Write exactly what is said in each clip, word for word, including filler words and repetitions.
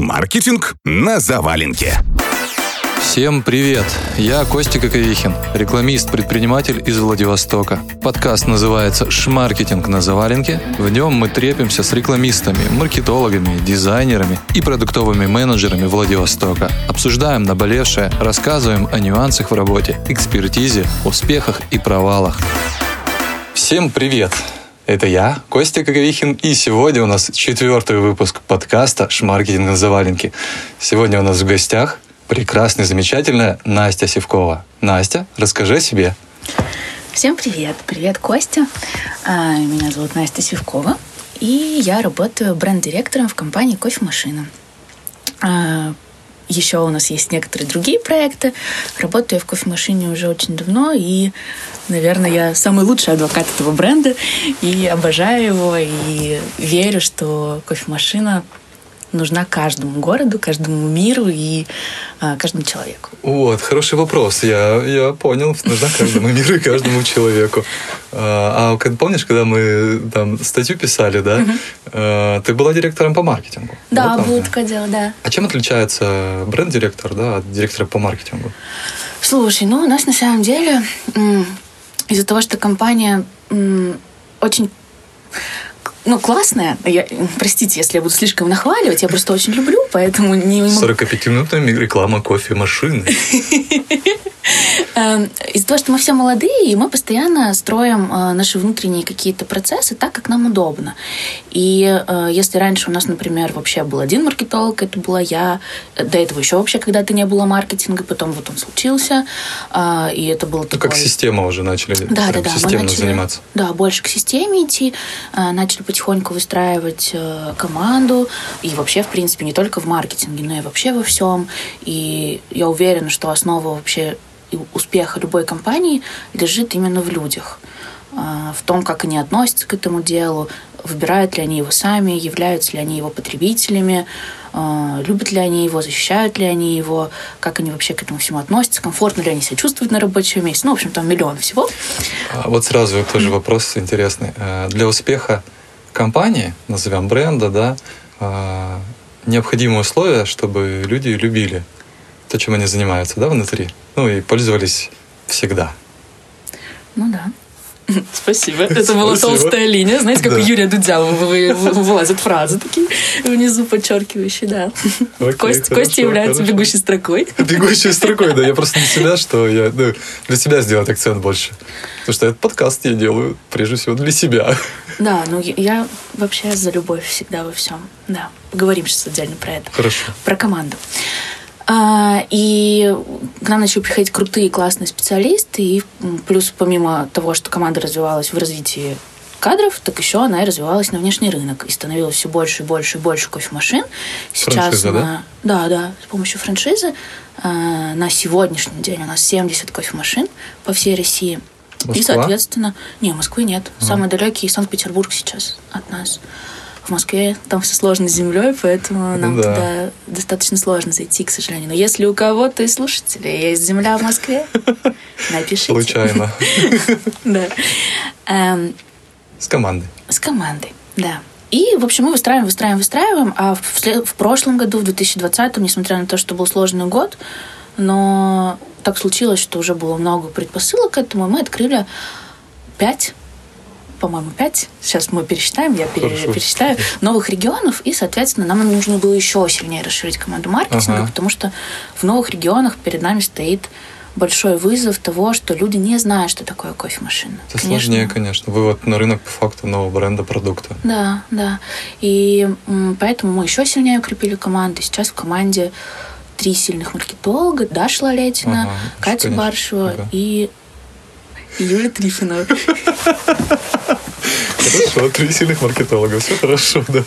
Маркетинг на заваленке. Всем привет! Я Костя Коковихин, рекламист-предприниматель из Владивостока. Подкаст называется «Шмаркетинг на заваленке». В нем мы трепимся с рекламистами, маркетологами, дизайнерами и продуктовыми менеджерами Владивостока. Обсуждаем наболевшее, рассказываем о нюансах в работе, экспертизе, успехах и провалах. Всем привет! Это я, Костя Коковихин, и сегодня у нас четвертый выпуск подкаста «Шмаркетинг на заваленке». Сегодня у нас в гостях прекрасная, замечательная Настя Сивкова. Настя, расскажи о себе. Всем привет. Привет, Костя. Меня зовут Настя Сивкова, и я работаю бренд-директором в компании «Кофемашина». Еще у нас есть некоторые другие проекты. Работаю я в кофемашине уже очень давно, и, наверное, я самый лучший адвокат этого бренда, и обожаю его, и верю, что кофемашина нужна каждому городу, каждому миру и а, каждому человеку. Вот, хороший вопрос. Я, я понял, нужна каждому миру и каждому человеку. А, а помнишь, когда мы там статью писали, да? Uh-huh. А, ты была директором по маркетингу. Да, да было такое дело, да. А чем отличается бренд-директор, да, от директора по маркетингу? Слушай, ну у нас на самом деле из-за того, что компания очень Ну, классная. Я, простите, если я буду слишком нахваливать, я просто очень люблю, поэтому не могу... сорокапятиминутная реклама кофемашины. Из-за того, что мы все молодые, и мы постоянно строим наши внутренние какие-то процессы так, как нам удобно. И если раньше у нас, например, вообще был один маркетолог, это была я, до этого еще вообще когда-то не было маркетинга, потом вот он случился, и это было такое... Ну, как система уже начали да, да, да, системно начали, заниматься. Да, больше к системе идти, начали потихоньку выстраивать команду, и вообще, в принципе, не только в маркетинге, но и вообще во всем. И я уверена, что основа вообще успеха любой компании лежит именно в людях, в том, как они относятся к этому делу, выбирают ли они его сами, являются ли они его потребителями, любят ли они его, защищают ли они его, как они вообще к этому всему относятся, комфортно ли они себя чувствуют на рабочем месте. Ну, в общем, там миллион всего. А вот сразу тоже вопрос интересный. Для успеха компании, назовем бренда, да, необходимые условия, чтобы люди любили то, чем они занимаются, да, внутри. Ну и пользовались всегда. Ну да. Спасибо. Это была толстая линия. Знаете, как у Юрия Дудя вылазят фразы такие внизу подчеркивающие, да. Костя является бегущей строкой. Бегущей строкой, да. Я просто для себя, что я для себя сделать акцент больше. Потому что этот подкаст я делаю прежде всего для себя. Да, ну я вообще за любовь всегда во всем. Да. Поговорим сейчас отдельно про это. Хорошо. Про команду. И к нам начали приходить крутые, классные специалисты, и плюс помимо того, что команда развивалась в развитии кадров, так еще она и развивалась на внешний рынок, и становилось все больше и больше и больше кофемашин. Сейчас франшиза, на... да? Да, да, с помощью франшизы на сегодняшний день у нас семьдесят кофемашин по всей России. Москва? И, соответственно... Не, Москвы нет. А. Самый далекий Санкт-Петербург сейчас от нас. В Москве там все сложно с землей, поэтому нам да. туда достаточно сложно зайти, к сожалению. Но если у кого-то из слушателей есть земля в Москве, напишите. Случайно. Да. С командой. С командой, да. И, в общем, мы выстраиваем, выстраиваем, выстраиваем. А в прошлом году, в две тысячи двадцатом, несмотря на то, что был сложный год, но так случилось, что уже было много предпосылок к этому, мы открыли пять по-моему, пять. Сейчас мы пересчитаем, я пере, пересчитаю. Новых регионов, и, соответственно, нам нужно было еще сильнее расширить команду маркетинга, ага. потому что в новых регионах перед нами стоит большой вызов того, что люди не знают, что такое кофемашина. Это конечно. Сложнее, конечно. Вывод на рынок по факту нового бренда, продукта. Да, да. И м, поэтому мы еще сильнее укрепили команду. Сейчас в команде три сильных маркетолога. Даша Лалетина, ага, Катя конечно. Баршева ага. и Юля Трифонова. Хорошо, три сильных маркетолога, все хорошо, да.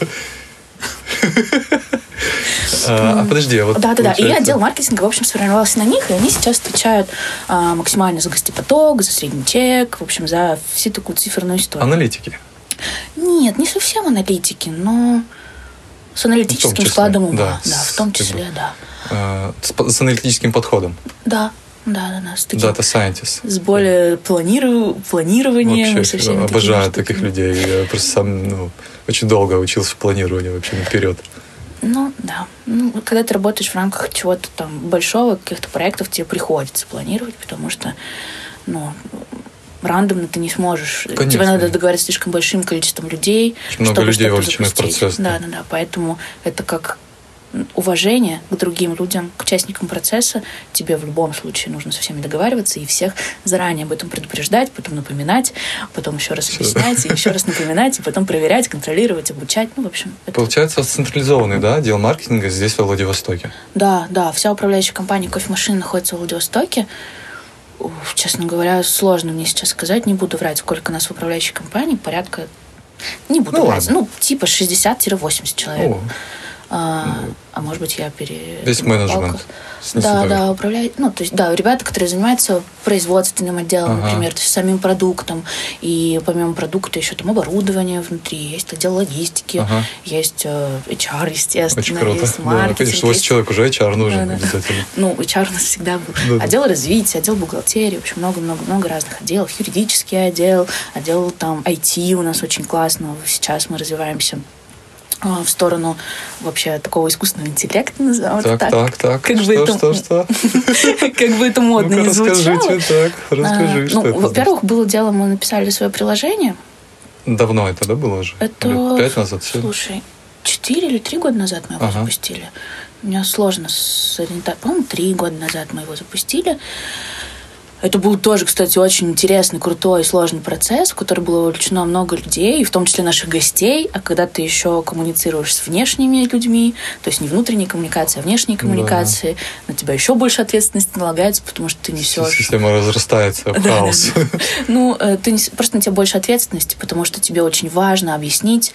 А, а подожди, а вот да, да, да. И отдел маркетинга, в общем, сформировался на них, и они сейчас отвечают а, максимально за гостепоток, за средний чек, в общем, за всю такую циферную историю. Аналитики? Нет, не совсем аналитики, но с аналитическим складом ума. Да, да, в том числе, да. А, с, с аналитическим подходом? Да. Да, да, да. С таким, Data Scientist. С более планиру, планированием. Вообще, со обожаю таких людей. Я просто сам ну, очень долго учился в планировании вообще наперед. Ну, да. Ну, когда ты работаешь в рамках чего-то там большого, каких-то проектов, тебе приходится планировать, потому что, ну, рандомно ты не сможешь. Конечно. Тебе надо договориться с слишком большим количеством людей, много чтобы людей что-то вовлечены в запустить. процесс. Да, да, да. Поэтому это как уважение к другим людям, к участникам процесса. Тебе в любом случае нужно со всеми договариваться и всех заранее об этом предупреждать, потом напоминать, потом еще раз объяснять, и еще раз напоминать, и потом проверять, контролировать, обучать. Ну, в общем, это... Получается, централизованный, да, отдел маркетинга здесь, во Владивостоке? Да, да. Вся управляющая компания «Кофемашина» находится в Владивостоке. Уф, честно говоря, сложно мне сейчас сказать. Не буду врать, сколько нас в управляющей компании. Порядка... Не буду ну, врать. Ладно. Ну, типа шестьдесят-восемьдесят человек. О. А, а может быть, я пере... Весь менеджмент. Да, да, управляют. Ну, то есть, да, ребята, которые занимаются производственным отделом, ага. например, то есть самим продуктом. И помимо продукта еще там оборудование внутри, есть отдел логистики, ага. есть э, эйч ар, естественно, очень круто. есть маркетинг. Да, конечно, восемь человек уже эйч ар нужен да, обязательно. Да. Ну, эйч ар у нас всегда был. Да, отдел развития, отдел бухгалтерии, в общем, много-много-много разных отделов. Юридический отдел, отдел там ай ти у нас очень классно. Сейчас мы развиваемся в сторону вообще такого искусственного интеллекта, назовем так, так. Так, так, как что, бы это, что, что? Как бы это модно не звучало. Расскажите, так, расскажи, что это. Ну, во-первых, было дело, мы написали свое приложение. Давно это, да, было уже? Это... Пять назад? Слушай, четыре или три года назад мы его ага. запустили. У меня сложно с ориентацией. По-моему, три года назад мы его запустили. Это был тоже, кстати, очень интересный, крутой и сложный процесс, в который было вовлечено много людей, в том числе наших гостей. А когда ты еще коммуницируешь с внешними людьми, то есть не внутренние коммуникации, а внешние коммуникации, да. на тебя еще больше ответственности налагается, потому что ты несешь... Система разрастается в хаос. Ну, ты просто на тебя больше ответственности, потому что тебе очень важно объяснить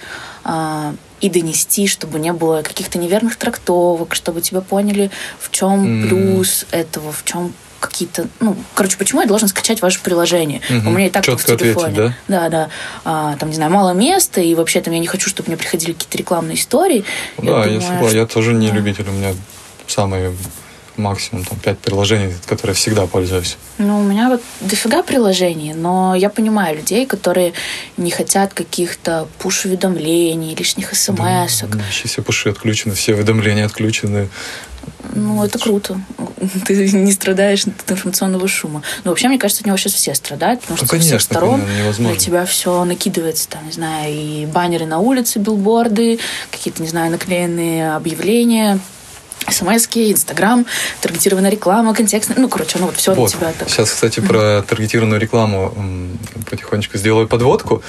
и донести, чтобы не было каких-то неверных трактовок, чтобы тебя поняли, в чем плюс этого, в чем какие-то, ну, короче, почему я должен скачать ваше приложение? Угу. У меня и так четко в телефоне. Ответить, да? Да, да. А, там, не знаю, мало места, и вообще там я не хочу, чтобы мне приходили какие-то рекламные истории. Да, я, я согласен. Что... Я тоже не да. любитель. У меня самый максимум там пять приложений, которые всегда пользуюсь. Ну, у меня вот дофига приложений, но я понимаю людей, которые не хотят каких-то пуш-уведомлений, лишних смс-ок. Да, все пуши отключены, все уведомления отключены. Ну, это круто. Ты не страдаешь от информационного шума. Ну, вообще, мне кажется, от него сейчас все страдают, потому ну, что конечно, со всех сторон невозможно. на тебя все накидывается, там, не знаю, и баннеры на улице, билборды, какие-то, не знаю, наклеенные объявления, смс-ки, Инстаграм, таргетированная реклама, контекстная. Ну, короче, ну вот все вот. на тебя так. Сейчас, кстати, про таргетированную рекламу потихонечку сделаю подводку.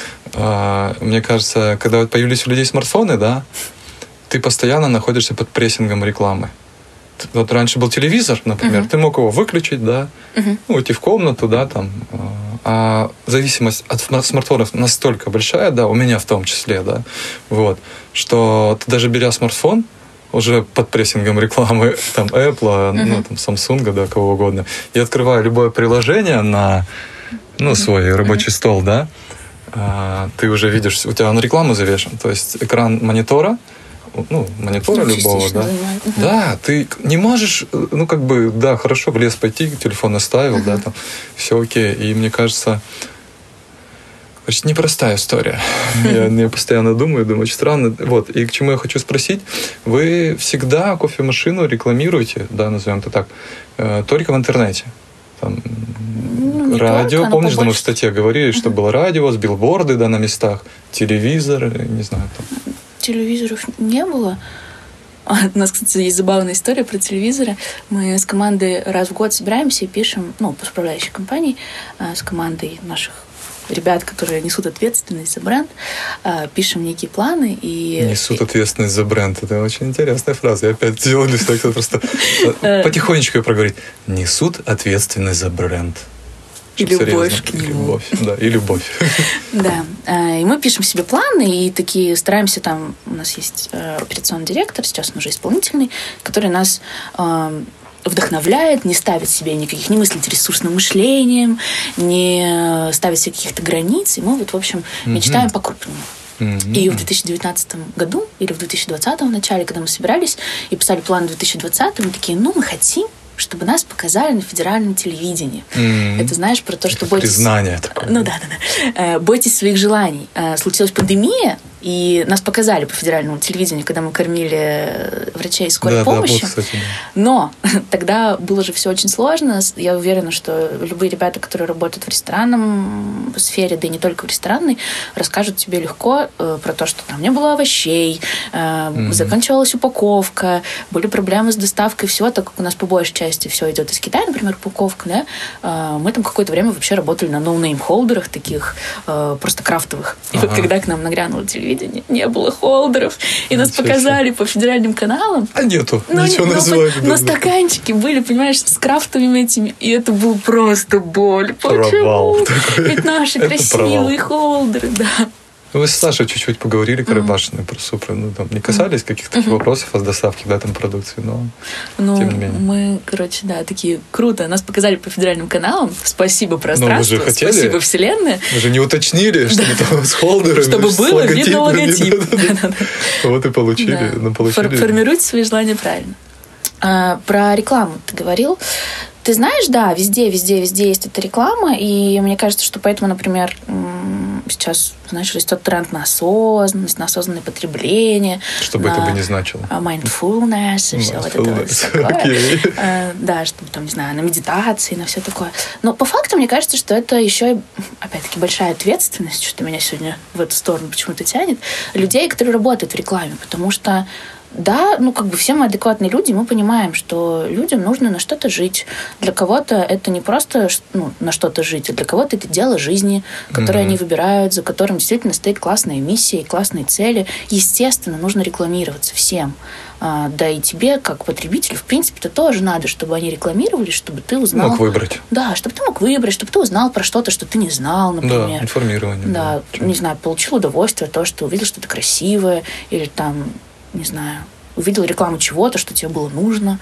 Мне кажется, когда появились у людей смартфоны, да, ты постоянно находишься под прессингом рекламы. Вот раньше был телевизор, например, uh-huh. ты мог его выключить, да, uh-huh. ну, уйти в комнату, да, там. А зависимость от смартфонов настолько большая, да, у меня в том числе, да, вот, что ты даже беря смартфон, уже под прессингом рекламы там Apple, uh-huh. ну, там, Samsung, да, кого угодно, и открывая любое приложение на, ну, свой рабочий uh-huh. стол, да, ты уже видишь, у тебя на рекламу завешен, то есть экран монитора, ну, монитора ну, любого, да. Угу. Да, ты не можешь, ну, как бы, да, хорошо, в лес пойти, телефон оставил, угу. да, там, все окей. И мне кажется, короче, непростая история. Я, я постоянно думаю, думаю, очень странно. Вот, и к чему я хочу спросить, вы всегда кофемашину рекламируете, да, назовем это так, э, только в интернете? Там, ну, радио, только, помнишь, да, мы в статье говорили, что uh-huh. было радио, с билборды, да, на местах, телевизор, не знаю, там. Телевизоров не было. У нас, кстати, есть забавная история про телевизоры. Мы с командой раз в год собираемся и пишем, ну, по управляющей компании, с командой наших ребят, которые несут ответственность за бренд, пишем некие планы и... Несут ответственность за бренд. Это очень интересная фраза. Я опять делаю для того, просто потихонечку проговорить. Несут ответственность за бренд. И любовь к нему. Любовь, да, и любовь. Да. И мы пишем себе планы, и такие стараемся там... У нас есть операционный директор, сейчас он уже исполнительный, который нас вдохновляет, не ставит себе никаких, не мыслить ресурсным мышлением, не ставить себе каких-то границ. И мы вот, в общем, мечтаем по-крупному. Mm-hmm. И в две тысячи девятнадцатом году или в две тысячи двадцатом в начале, когда мы собирались и писали план две тысячи двадцатый, мы такие, ну, мы хотим, чтобы нас показали на федеральном телевидении. Mm-hmm. Это, знаешь, про то, что это бойтесь... признание такое. Ну да, да, да. Бойтесь своих желаний. Случилась пандемия, И нас показали по федеральному телевидению, когда мы кормили врачей скорой да, помощи. Да, вот, кстати, да. Но тогда было же все очень сложно. Я уверена, что любые ребята, которые работают в ресторанном сфере, да и не только в ресторанной, расскажут тебе легко э, про то, что там не было овощей, э, mm-hmm. заканчивалась упаковка, были проблемы с доставкой всего, так как у нас по большей части все идет из Китая, например, упаковка, да, э, мы там какое-то время вообще работали на ноунейм-холдерах таких, э, просто крафтовых. И ага. вот когда к нам нагрянуло телевидение, не было холдеров, и нас Ничего показали себе. По федеральным каналам. А нету, но, ничего но, назвать. Но, но стаканчики были, понимаешь, с крафтовыми этими, и это был просто боль. Провал. Почему? Ведь наши красивые холдеры, да. Вы с Сашей чуть-чуть поговорили, Карабашиной, mm-hmm. про Супру. Ну, там не касались каких-то mm-hmm. вопросов о доставке, да, там, продукции, но ну, тем не менее. Мы, короче, да, такие круто. Нас показали по федеральным каналам. Спасибо пространству, спасибо вселенная. Мы же не уточнили, что там с холдерами. Чтобы было видно логотип. Вот и получили. Формируйте свои желания правильно. Про рекламу ты говорил. Ты знаешь, да, везде, везде, везде есть эта реклама, и мне кажется, что поэтому, например, сейчас, знаешь, растет тренд на осознанность, на осознанное потребление. Что бы это бы ни значило. Mindfulness и все вот это вот такое. Okay. Да, чтобы там, не знаю, на медитации, на все такое. Но по факту, мне кажется, что это еще, опять-таки, большая ответственность, что меня сегодня в эту сторону почему-то тянет, людей, которые работают в рекламе, потому что да, ну как бы все мы адекватные люди, мы понимаем, что людям нужно на что-то жить. Для кого-то это не просто ну, на что-то жить, а для кого-то это дело жизни, которое mm-hmm. они выбирают, за которым действительно стоит классная миссия и классные цели. Естественно, нужно рекламироваться всем. А, да и тебе, как потребителю, в принципе-то тоже надо, чтобы они рекламировали, чтобы ты узнал... Мог выбрать. Да, чтобы ты мог выбрать, чтобы ты узнал про что-то, что ты не знал, например. Да, информирование. Да, да. Не знаю, получил удовольствие от того, что увидел что-то красивое, или там... не знаю, увидел рекламу чего-то, что тебе было нужно.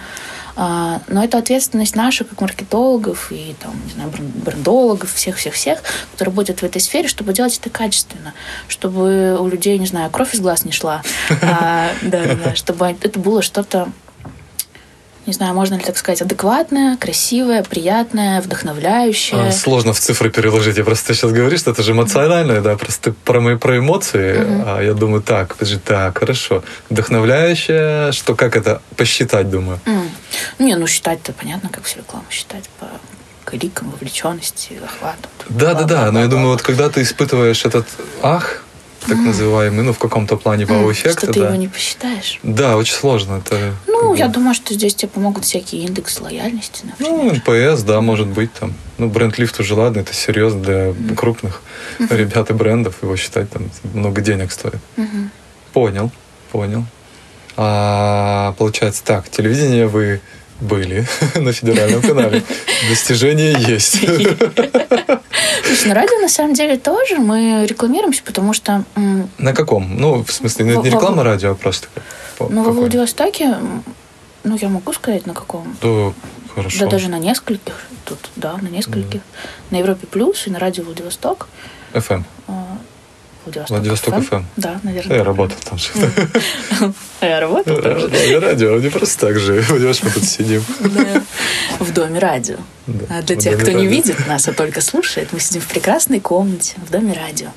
Но это ответственность наша, как маркетологов и там, не знаю, брендологов, всех-всех-всех, кто работает в этой сфере, чтобы делать это качественно, чтобы у людей, не знаю, кровь из глаз не шла, чтобы это было что-то, не знаю, можно ли так сказать, адекватное, красивое, приятное, вдохновляющее. Сложно в цифры переложить. Я просто сейчас говорю, что это же эмоциональное, да, просто про мои про эмоции. Uh-huh. А я думаю, так, подожди, так, хорошо. Вдохновляющее, что как это посчитать, думаю. Mm. Не, ну считать-то понятно, как всю рекламу считать по кликам, вовлеченности, захвату. Да, да, да. Но я думаю, вот когда ты испытываешь этот ах, так mm. называемый, ну, в каком-то плане вау-эффекта. Что ты да. его не посчитаешь? Да, очень сложно. Это, ну, я бы... думаю, что здесь тебе помогут всякие индексы лояльности, например. Ну, эн пэ эс, да, может быть, там. Ну, бренд-лифт уже, ладно, это серьезно для mm. крупных mm-hmm. ребят и брендов. Его считать там много денег стоит. Mm-hmm. Понял, понял. А, получается так, телевидение вы были на федеральном канале. Достижения есть. Слушай, на радио на самом деле тоже мы рекламируемся, потому что... На каком? Ну, в смысле, не реклама радио, а просто... Ну, во Владивостоке, ну, я могу сказать, на каком. Да, хорошо. Да, даже на нескольких. Тут, да, на нескольких. На Европе Плюс и на радио Владивосток. эф эм. Владивосток, Владивосток эф эм. Да, наверное. Я работал там же. А я работал там же. На радио, не просто так же. Понимаешь, мы тут сидим. В доме радио. А для тех, кто не видит нас, а только слушает, мы сидим в прекрасной комнате, в доме радио.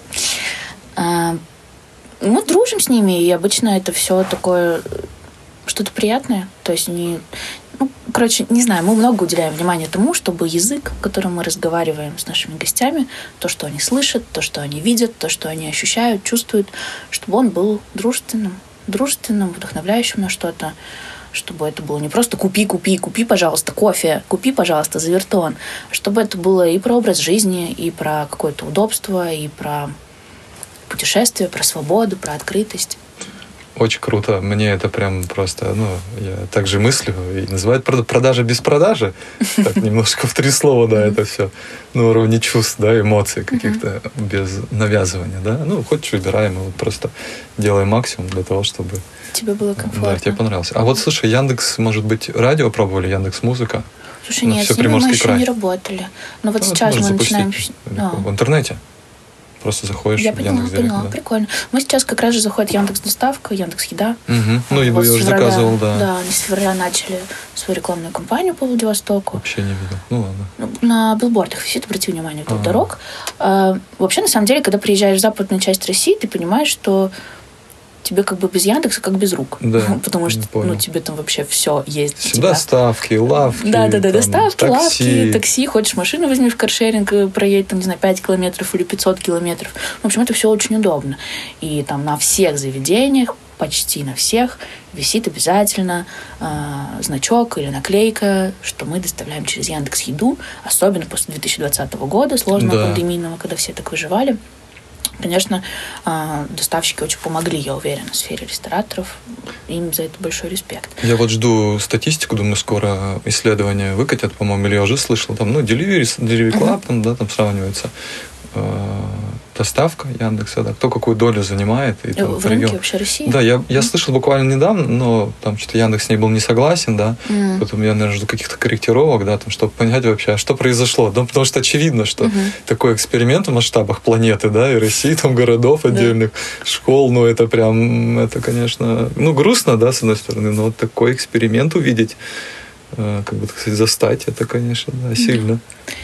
Мы дружим с ними, и обычно это все такое что-то приятное. То есть не... Ну, короче, не знаю, мы много уделяем внимания тому, чтобы язык, которым мы разговариваем с нашими гостями, то, что они слышат, то, что они видят, то, что они ощущают, чувствуют, чтобы он был дружественным, дружественным, вдохновляющим на что-то, чтобы это было не просто «купи, купи, купи, пожалуйста, кофе, купи, пожалуйста, завертон», чтобы это было и про образ жизни, и про какое-то удобство, и про путешествие, про свободу, про открытость. Очень круто. Мне это прям просто, ну, я так же мыслю. И называют продажа без продажи. Так немножко в три слова, да, это все на уровне чувств, да, эмоций каких-то, без навязывания, да. Ну, хочешь, выбираем, мы вот просто делаем максимум для того, чтобы... Тебе было комфортно. Да, тебе понравилось. А вот, слушай, Яндекс, может быть, радио пробовали, Яндекс.Музыка? Слушай, нет, с ними мы еще не работали. Но вот сейчас мы начинаем... В интернете? Просто заходишь я в поняла, Яндекс.Директ. поняла, Да. Прикольно. Мы сейчас как раз же заходит Яндекс.Доставка, Яндекс.Еда. Угу. Ну, еду вот я уже февраля, заказывал, да. Да, они с февраля начали свою рекламную кампанию по Владивостоку. Вообще не видел. Ну, ладно. Ну, на билбордах висит, обрати внимание, вдоль Ага. дорог. А, вообще, на самом деле, когда приезжаешь в западную часть России, ты понимаешь, что тебе как бы без Яндекса, как без рук. Да, Потому что, понял. ну, тебе там вообще все есть. для Все тебя. доставки, лавки. Да-да-да, там, доставки, такси. лавки, такси. Хочешь машину возьми в каршеринг, э, проедь, там, не знаю, пять километров или пятьсот километров. В общем, это все очень удобно. И там на всех заведениях, почти на всех, висит обязательно э, значок или наклейка, что мы доставляем через Яндекс.Еду, особенно после две тысячи двадцатого года, сложного, Да. пандемийного, когда все так выживали. Конечно, э, доставщики очень помогли, я уверена, в сфере рестораторов. Им за это большой респект. Я вот жду статистику, думаю, скоро исследования выкатят, по-моему, или я уже слышал, там, ну, Delivery, Delivery Club, там, да, там сравнивается. Э, доставка Яндекса, да, кто какую долю занимает. И, там, В по рынке региону. вообще России? Да, я, я слышал буквально недавно, но там что-то Яндекс с ней был не согласен, да, Мгм. потом я, наверное, жду каких-то корректировок, да, там, чтобы понять вообще, а что произошло. Ну, потому что очевидно, что Мгм. такой эксперимент в масштабах планеты, да, и России, там, городов отдельных, школ, ну, это прям, это, конечно, ну, грустно, да, с одной стороны, но вот такой эксперимент увидеть, э, как бы, так сказать, застать, это, конечно, да, сильно.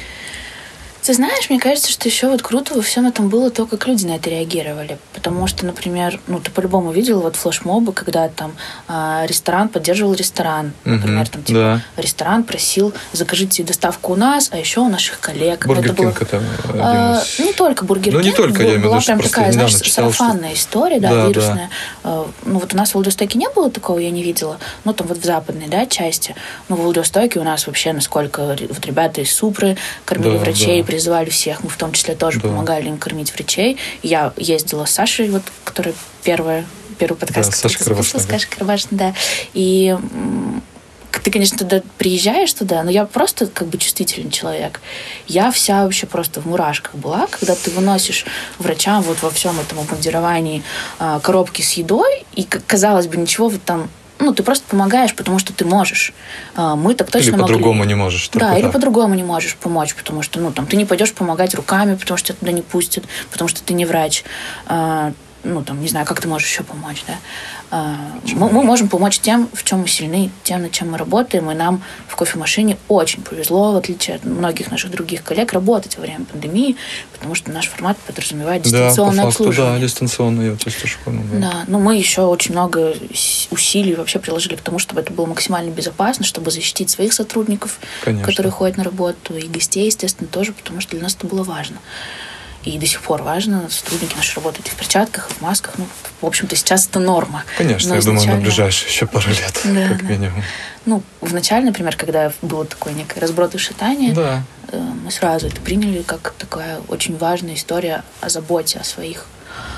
Ты знаешь, мне кажется, что еще вот круто во всем этом было то, как люди на это реагировали. Потому что, например, ну, ты по-любому видел вот флешмобы, когда там а, ресторан поддерживал ресторан. Например, Мгм, там типа да. ресторан просил, закажите доставку у нас, а еще у наших коллег. Бургер Это было- Кинг это один А, из... не только Бургер Ну, не Кинг, только, я имею в виду, была что прям просто такая, знаешь, недавно читал, что- сарафанная история, да, Да, вирусная. А, Ну, вот у нас в Владивостоке не было такого, я не видела. Ну, там вот в западной, да, части. Ну, в Владивостоке у нас вообще, насколько ре- вот ребята из Супры кормили Да, врачей, да. призывали всех. Мы в том числе тоже Да. помогали им кормить врачей. Я ездила с Сашей, вот, которая первая, первый подкаст, Да, который Саша ты записывала, Кровашна, с да. Сашей Кровашной, да. И м, ты, конечно, туда приезжаешь туда, но я просто как бы чувствительный человек. Я вся вообще просто в мурашках была, когда ты выносишь врачам вот во всем этом обмундировании а, коробки с едой, и, к- казалось бы, ничего вот там... Ну, ты просто помогаешь, потому что ты можешь. А, Мы так точно Или могли. по-другому не можешь. только Да, или так. по-другому не можешь помочь, потому что, ну, там, ты не пойдешь помогать руками, потому что тебя туда не пустят, потому что ты не врач. А, ну, там, не знаю, как ты можешь еще помочь, да. А, мы, мы можем помочь тем, в чем мы сильны, тем, над чем мы работаем, и нам в кофемашине очень повезло, в отличие от многих наших других коллег, работать во время пандемии, потому что наш формат подразумевает Да, по дистанционное факту, да, обслуживание. дистанционно, я вот тоже понял. Да. Да, но мы еще очень много с- усилий вообще приложили к тому, чтобы это было максимально безопасно, чтобы защитить своих сотрудников, Конечно. которые ходят на работу, и гостей, естественно, тоже, потому что для нас это было важно. И до сих пор важно. Сотрудники наши работают и в перчатках, и в масках. Ну, в общем-то, сейчас это норма. Конечно, Но я думаю, на изначально- ближайшие еще пару лет, Да, как да. минимум. Ну, вначале, например, когда было такое некое разброд и шатание, Да. э, мы сразу это приняли как такая очень важная история о заботе о своих.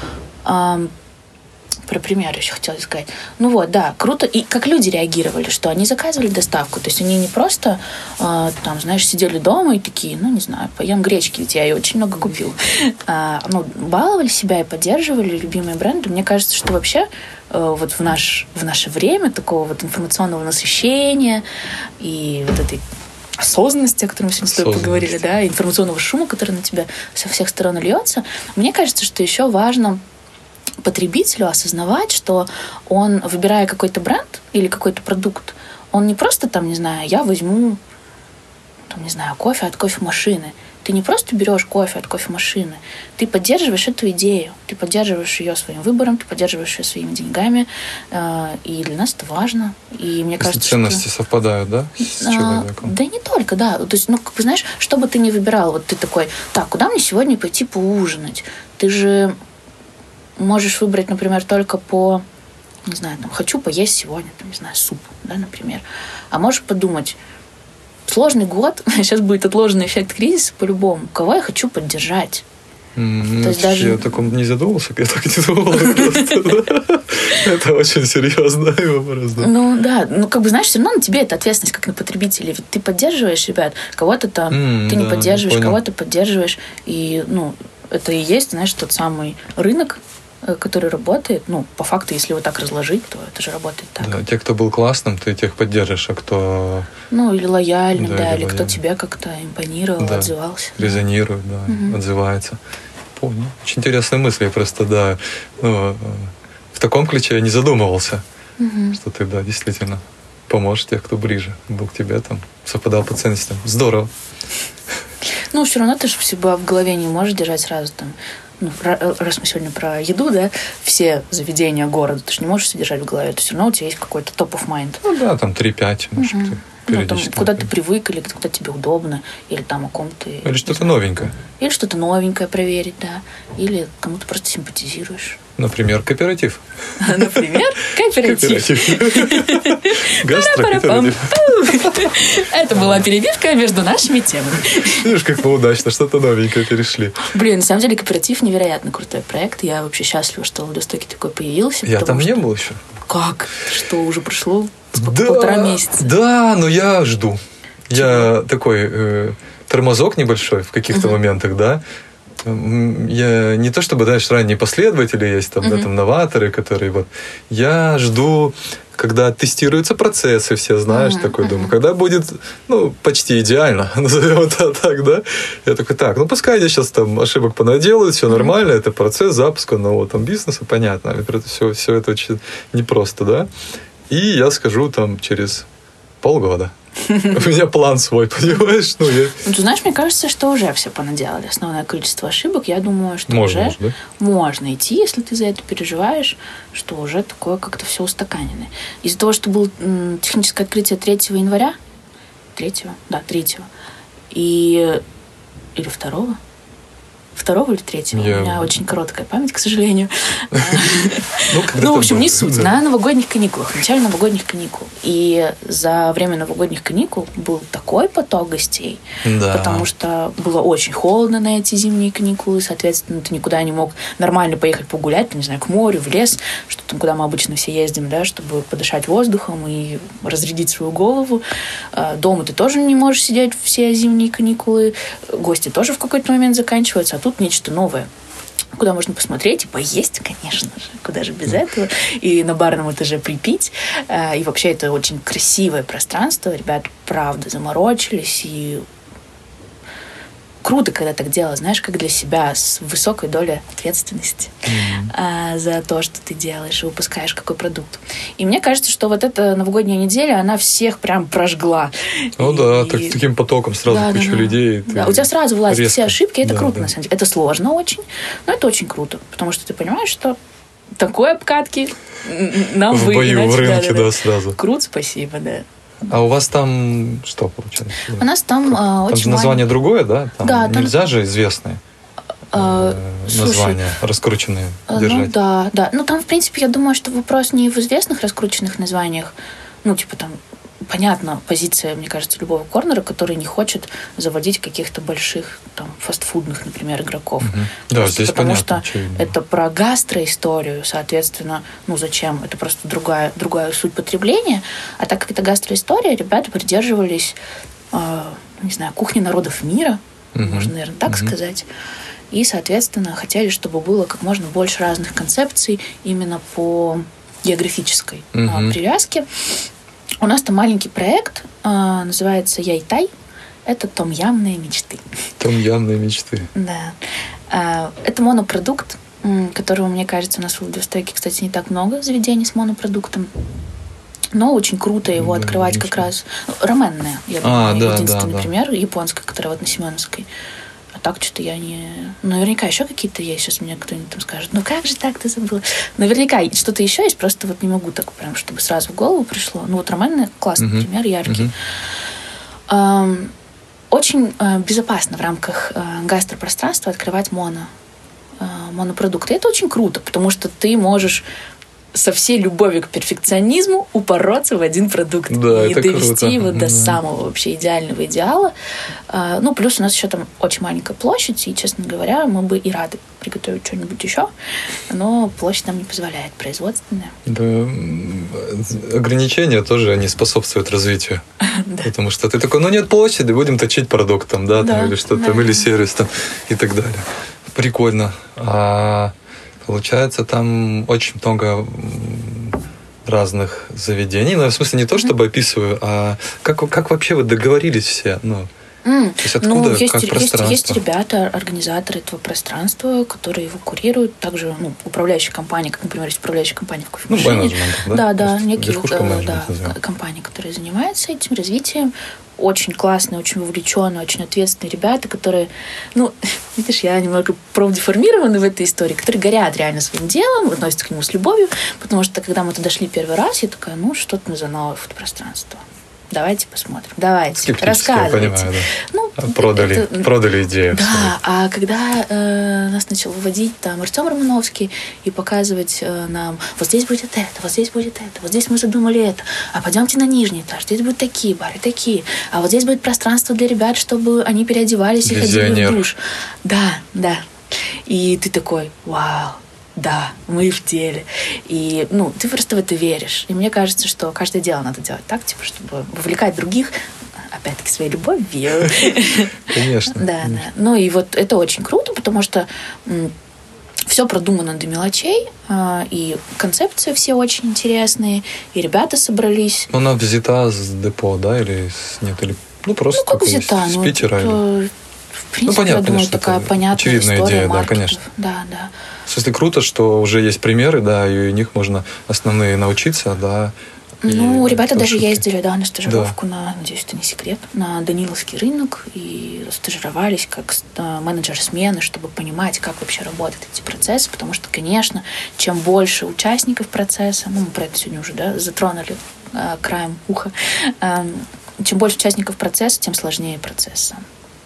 Ам, Про пример еще хотела сказать. Ну вот, да, круто. И как люди реагировали, что они заказывали доставку. То есть они не просто, э, там, знаешь, сидели дома и такие, ну, не знаю, поем гречки, ведь я ее очень много купил. А, ну, баловали себя и поддерживали любимые бренды. Мне кажется, что вообще э, вот в, наш, в наше время такого вот информационного насыщения и вот этой осознанности, о которой мы сегодня с тобой Осознанности. поговорили, да, информационного шума, который на тебя со всех сторон льется, мне кажется, что еще важно потребителю осознавать, что он, выбирая какой-то бренд или какой-то продукт, он не просто там, не знаю, я возьму, там, не знаю, кофе от кофемашины. Ты не просто берешь кофе от кофемашины, ты поддерживаешь эту идею, ты поддерживаешь ее своим выбором, ты поддерживаешь ее своими деньгами, э, и для нас это важно. И мне Если кажется, ценности что... совпадают, да, с А, человеком? Да не только, да. То есть, ну, как бы, знаешь, что бы ты ни выбирал, вот ты такой, так, куда мне сегодня пойти поужинать? Ты же можешь выбрать, например, только по, не знаю, там, хочу поесть сегодня, там, не знаю, суп, да, например. А можешь подумать, сложный год, сейчас будет отложенный эффект кризиса по-любому, кого я хочу поддержать? М, То есть слушай, даже- Я таком не задумывался, я так не думал. просто. Это очень серьезный вопрос, да. Ну да, ну как бы знаешь, все равно на тебе это ответственность как на потребителя. Ведь ты поддерживаешь ребят, кого-то там М, ты не да, поддерживаешь, понял. кого-то поддерживаешь. И ну это и есть, знаешь, тот самый рынок, э, который работает. Ну, по факту, если его так разложить, то это же работает так. Да, те, кто был классным, ты тех поддержишь, а кто Ну, или лояльным, Да, да, или или кто лояльным. тебе как-то импонировал, Да. отзывался. резонирует, да, отзывается. Понял. Очень интересная мысль, я просто, да, ну, э, в таком ключе я не задумывался, Мгм. что ты, да, действительно поможешь тех, кто ближе был к тебе, там, совпадал по ценностям. Здорово. Ну, все равно ты же себя в голове не можешь держать сразу там. Ну, раз мы сегодня про еду, да, все заведения города, ты же не можешь содержать в голове, то все равно у тебя есть какой-то top of mind. Ну да, там три-пять, может, угу. Ну, там, куда ты привык, или куда тебе удобно, или там о ком ты... Или что-то новенькое. Или что-то новенькое проверить, да. Или кому-то просто симпатизируешь. Например, кооператив. Например, кооператив. Гастрокооператив. Это была перебивка между нашими темами. Видишь, как мы удачно что-то новенькое перешли. Блин, на самом деле кооператив невероятно крутой проект. Я вообще счастлива, что в Владивостоке такой появился. Я там не был еще. Как? Что, уже прошло да, полтора месяца? Да, но я жду. Чего? Я такой э, тормозок небольшой в каких-то uh-huh. моментах, да. Я не то чтобы, знаешь, ранние последователи есть, там, uh-huh. да, там, новаторы, которые вот... Я жду, когда тестируются процессы, все, знаешь, uh-huh. такой, uh-huh. думаю, когда будет, ну, почти идеально, назовем это так, да. Я такой, так, ну, пускай я сейчас там ошибок понаделают, все uh-huh. нормально, это процесс запуска нового там бизнеса, понятно, это все, все это очень непросто, да. И я скажу там через полгода. У меня план свой, понимаешь? Ну, я... ну, ты знаешь, мне кажется, что уже все понаделали. Основное количество ошибок, я думаю, что можно, уже может, да? можно идти, если ты за это переживаешь, что уже такое как-то все устаканено. Из-за того, что было м, техническое открытие третьего января, третьего, да, третьего, и... или второго, второго или третьего. Я... У меня очень короткая память, к сожалению. Ну, в общем, не суть. На новогодних каникулах, в начале новогодних каникул. И за время новогодних каникул был такой поток гостей, потому что было очень холодно на эти зимние каникулы, соответственно, ты никуда не мог нормально поехать погулять, не знаю, к морю, в лес, что там, куда мы обычно все ездим, да, чтобы подышать воздухом и разрядить свою голову. Дома ты тоже не можешь сидеть все зимние каникулы, гости тоже в какой-то момент заканчиваются, а тут нечто новое, куда можно посмотреть и поесть, конечно же, куда же без этого, и на барном этаже припить. И вообще это очень красивое пространство, ребята, правда, заморочились, и круто, когда так делаешь, знаешь, как для себя, с высокой долей ответственности mm-hmm. за то, что ты делаешь, и выпускаешь какой продукт. И мне кажется, что вот эта новогодняя неделя, она всех прям прожгла. Ну и, да, и... так, таким потоком сразу да, куча да, людей. Да, у тебя сразу вылазят резко. Все ошибки, это да, круто, да. на самом деле. Это сложно очень, но это очень круто, потому что ты понимаешь, что такой обкатки нам в вы. В бою, иначе, в рынке, да, да, да, сразу. Круто, спасибо, да. А у вас там что получается? У нас там там очень же название малень... другое, да? Там да, там... нельзя же известные а, э, названия слушай, раскрученные а, держать. Ну да, да. Ну там, в принципе, я думаю, что вопрос не в известных раскрученных названиях. Ну, типа там, понятно, позиция, мне кажется, любого корнера, который не хочет заводить каких-то больших там фастфудных, например, игроков. Угу. Да, здесь потому понятно, что очевидно. Это про гастроисторию, соответственно, ну зачем? Это просто другая, другая суть потребления. А так как это гастроистория, ребята придерживались, э, не знаю, кухни народов мира, угу. можно, наверное, так угу. сказать. И, соответственно, хотели, чтобы было как можно больше разных концепций именно по географической угу. э, привязке. У нас там маленький проект, э, называется Яйтай. Это том-ямные мечты. Том-ямные мечты. Да. Э, это монопродукт, которого, мне кажется, у нас в Владивостоке, кстати, не так много заведений с монопродуктом. Но очень круто его да, открывать конечно. Как раз. Раменная, я думаю, а, да, единственный да, пример, да. японская, которая вот на Семеновской. А так что-то я не... Наверняка еще какие-то есть. Сейчас мне кто-нибудь там скажет, ну как же так, ты забыла? Наверняка что-то еще есть, просто вот не могу так прям, чтобы сразу в голову пришло. Ну вот раменная классный uh-huh. пример, яркий. Uh-huh. Эм, очень э, безопасно в рамках э, гастропространства открывать моно, э, монопродукты. Это очень круто, потому что ты можешь со всей любовью к перфекционизму упороться в один продукт да, и довести круто. его до да. самого вообще идеального идеала. А, ну, плюс у нас еще там очень маленькая площадь, и, честно говоря, мы бы и рады приготовить что-нибудь еще, но площадь нам не позволяет, производственная. Да, ограничения тоже не способствуют развитию. Потому что ты такой, ну нет площади, будем точить продукт там, да, или что-то там, или сервис там, и так далее. Прикольно. А получается, там очень много разных заведений. Ну, в смысле, не то, чтобы описываю, а как, как вообще вы договорились все? Ну, Mm. То есть откуда, ну, есть, как есть, пространство? Есть ребята, организаторы этого пространства, которые его курируют. Также ну, управляющая компания, как, например, есть управляющая компания в кофемашине. Ну, менеджмент, да? Да, да, некие э, да, компании, которые занимаются этим развитием. Очень классные, очень вовлеченные, очень ответственные ребята, которые, ну, видишь, я немного профдеформирована в этой истории, которые горят реально своим делом, относятся к нему с любовью, потому что, когда мы туда шли первый раз, я такая, ну, что-то за новое фотопространство. Давайте посмотрим. Давайте. Рассказывайте. Я понимаю, да. Ну, продали, это, продали идею. Да, а когда э, нас начал выводить там Артем Романовский и показывать э, нам, вот здесь будет это, вот здесь будет это, вот здесь мы задумали это, а пойдемте на нижний этаж, здесь будут такие бары, такие, а вот здесь будет пространство для ребят, чтобы они переодевались и ходили в душ. Да, да. И ты такой, вау. Да, мы в деле. И, ну, ты просто в это веришь. И мне кажется, что каждое дело надо делать так, типа, чтобы вовлекать других, опять-таки, своей любовью. Конечно. Да, да. Ну, и вот это очень круто, потому что все продумано до мелочей, и концепции все очень интересные, и ребята собрались. Она взята с депо, да, или с... нет, или... Ну, просто ну, как взята, с ну, Питера. Или... В принципе, ну, понятно, я думаю, такая понятная история идея, маркетов. Да, конечно. Да, да. В смысле, круто, что уже есть примеры, да, и у них можно основные научиться, да. Ну, ребята даже шутки. ездили, да, на стажировку, да. на, надеюсь, это не секрет, на Даниловский рынок и стажировались как менеджеры смены, чтобы понимать, как вообще работают эти процессы, потому что, конечно, чем больше участников процесса, ну, мы про это сегодня уже, да, затронули э, краем уха, э, чем больше участников процесса, тем сложнее процесс сам.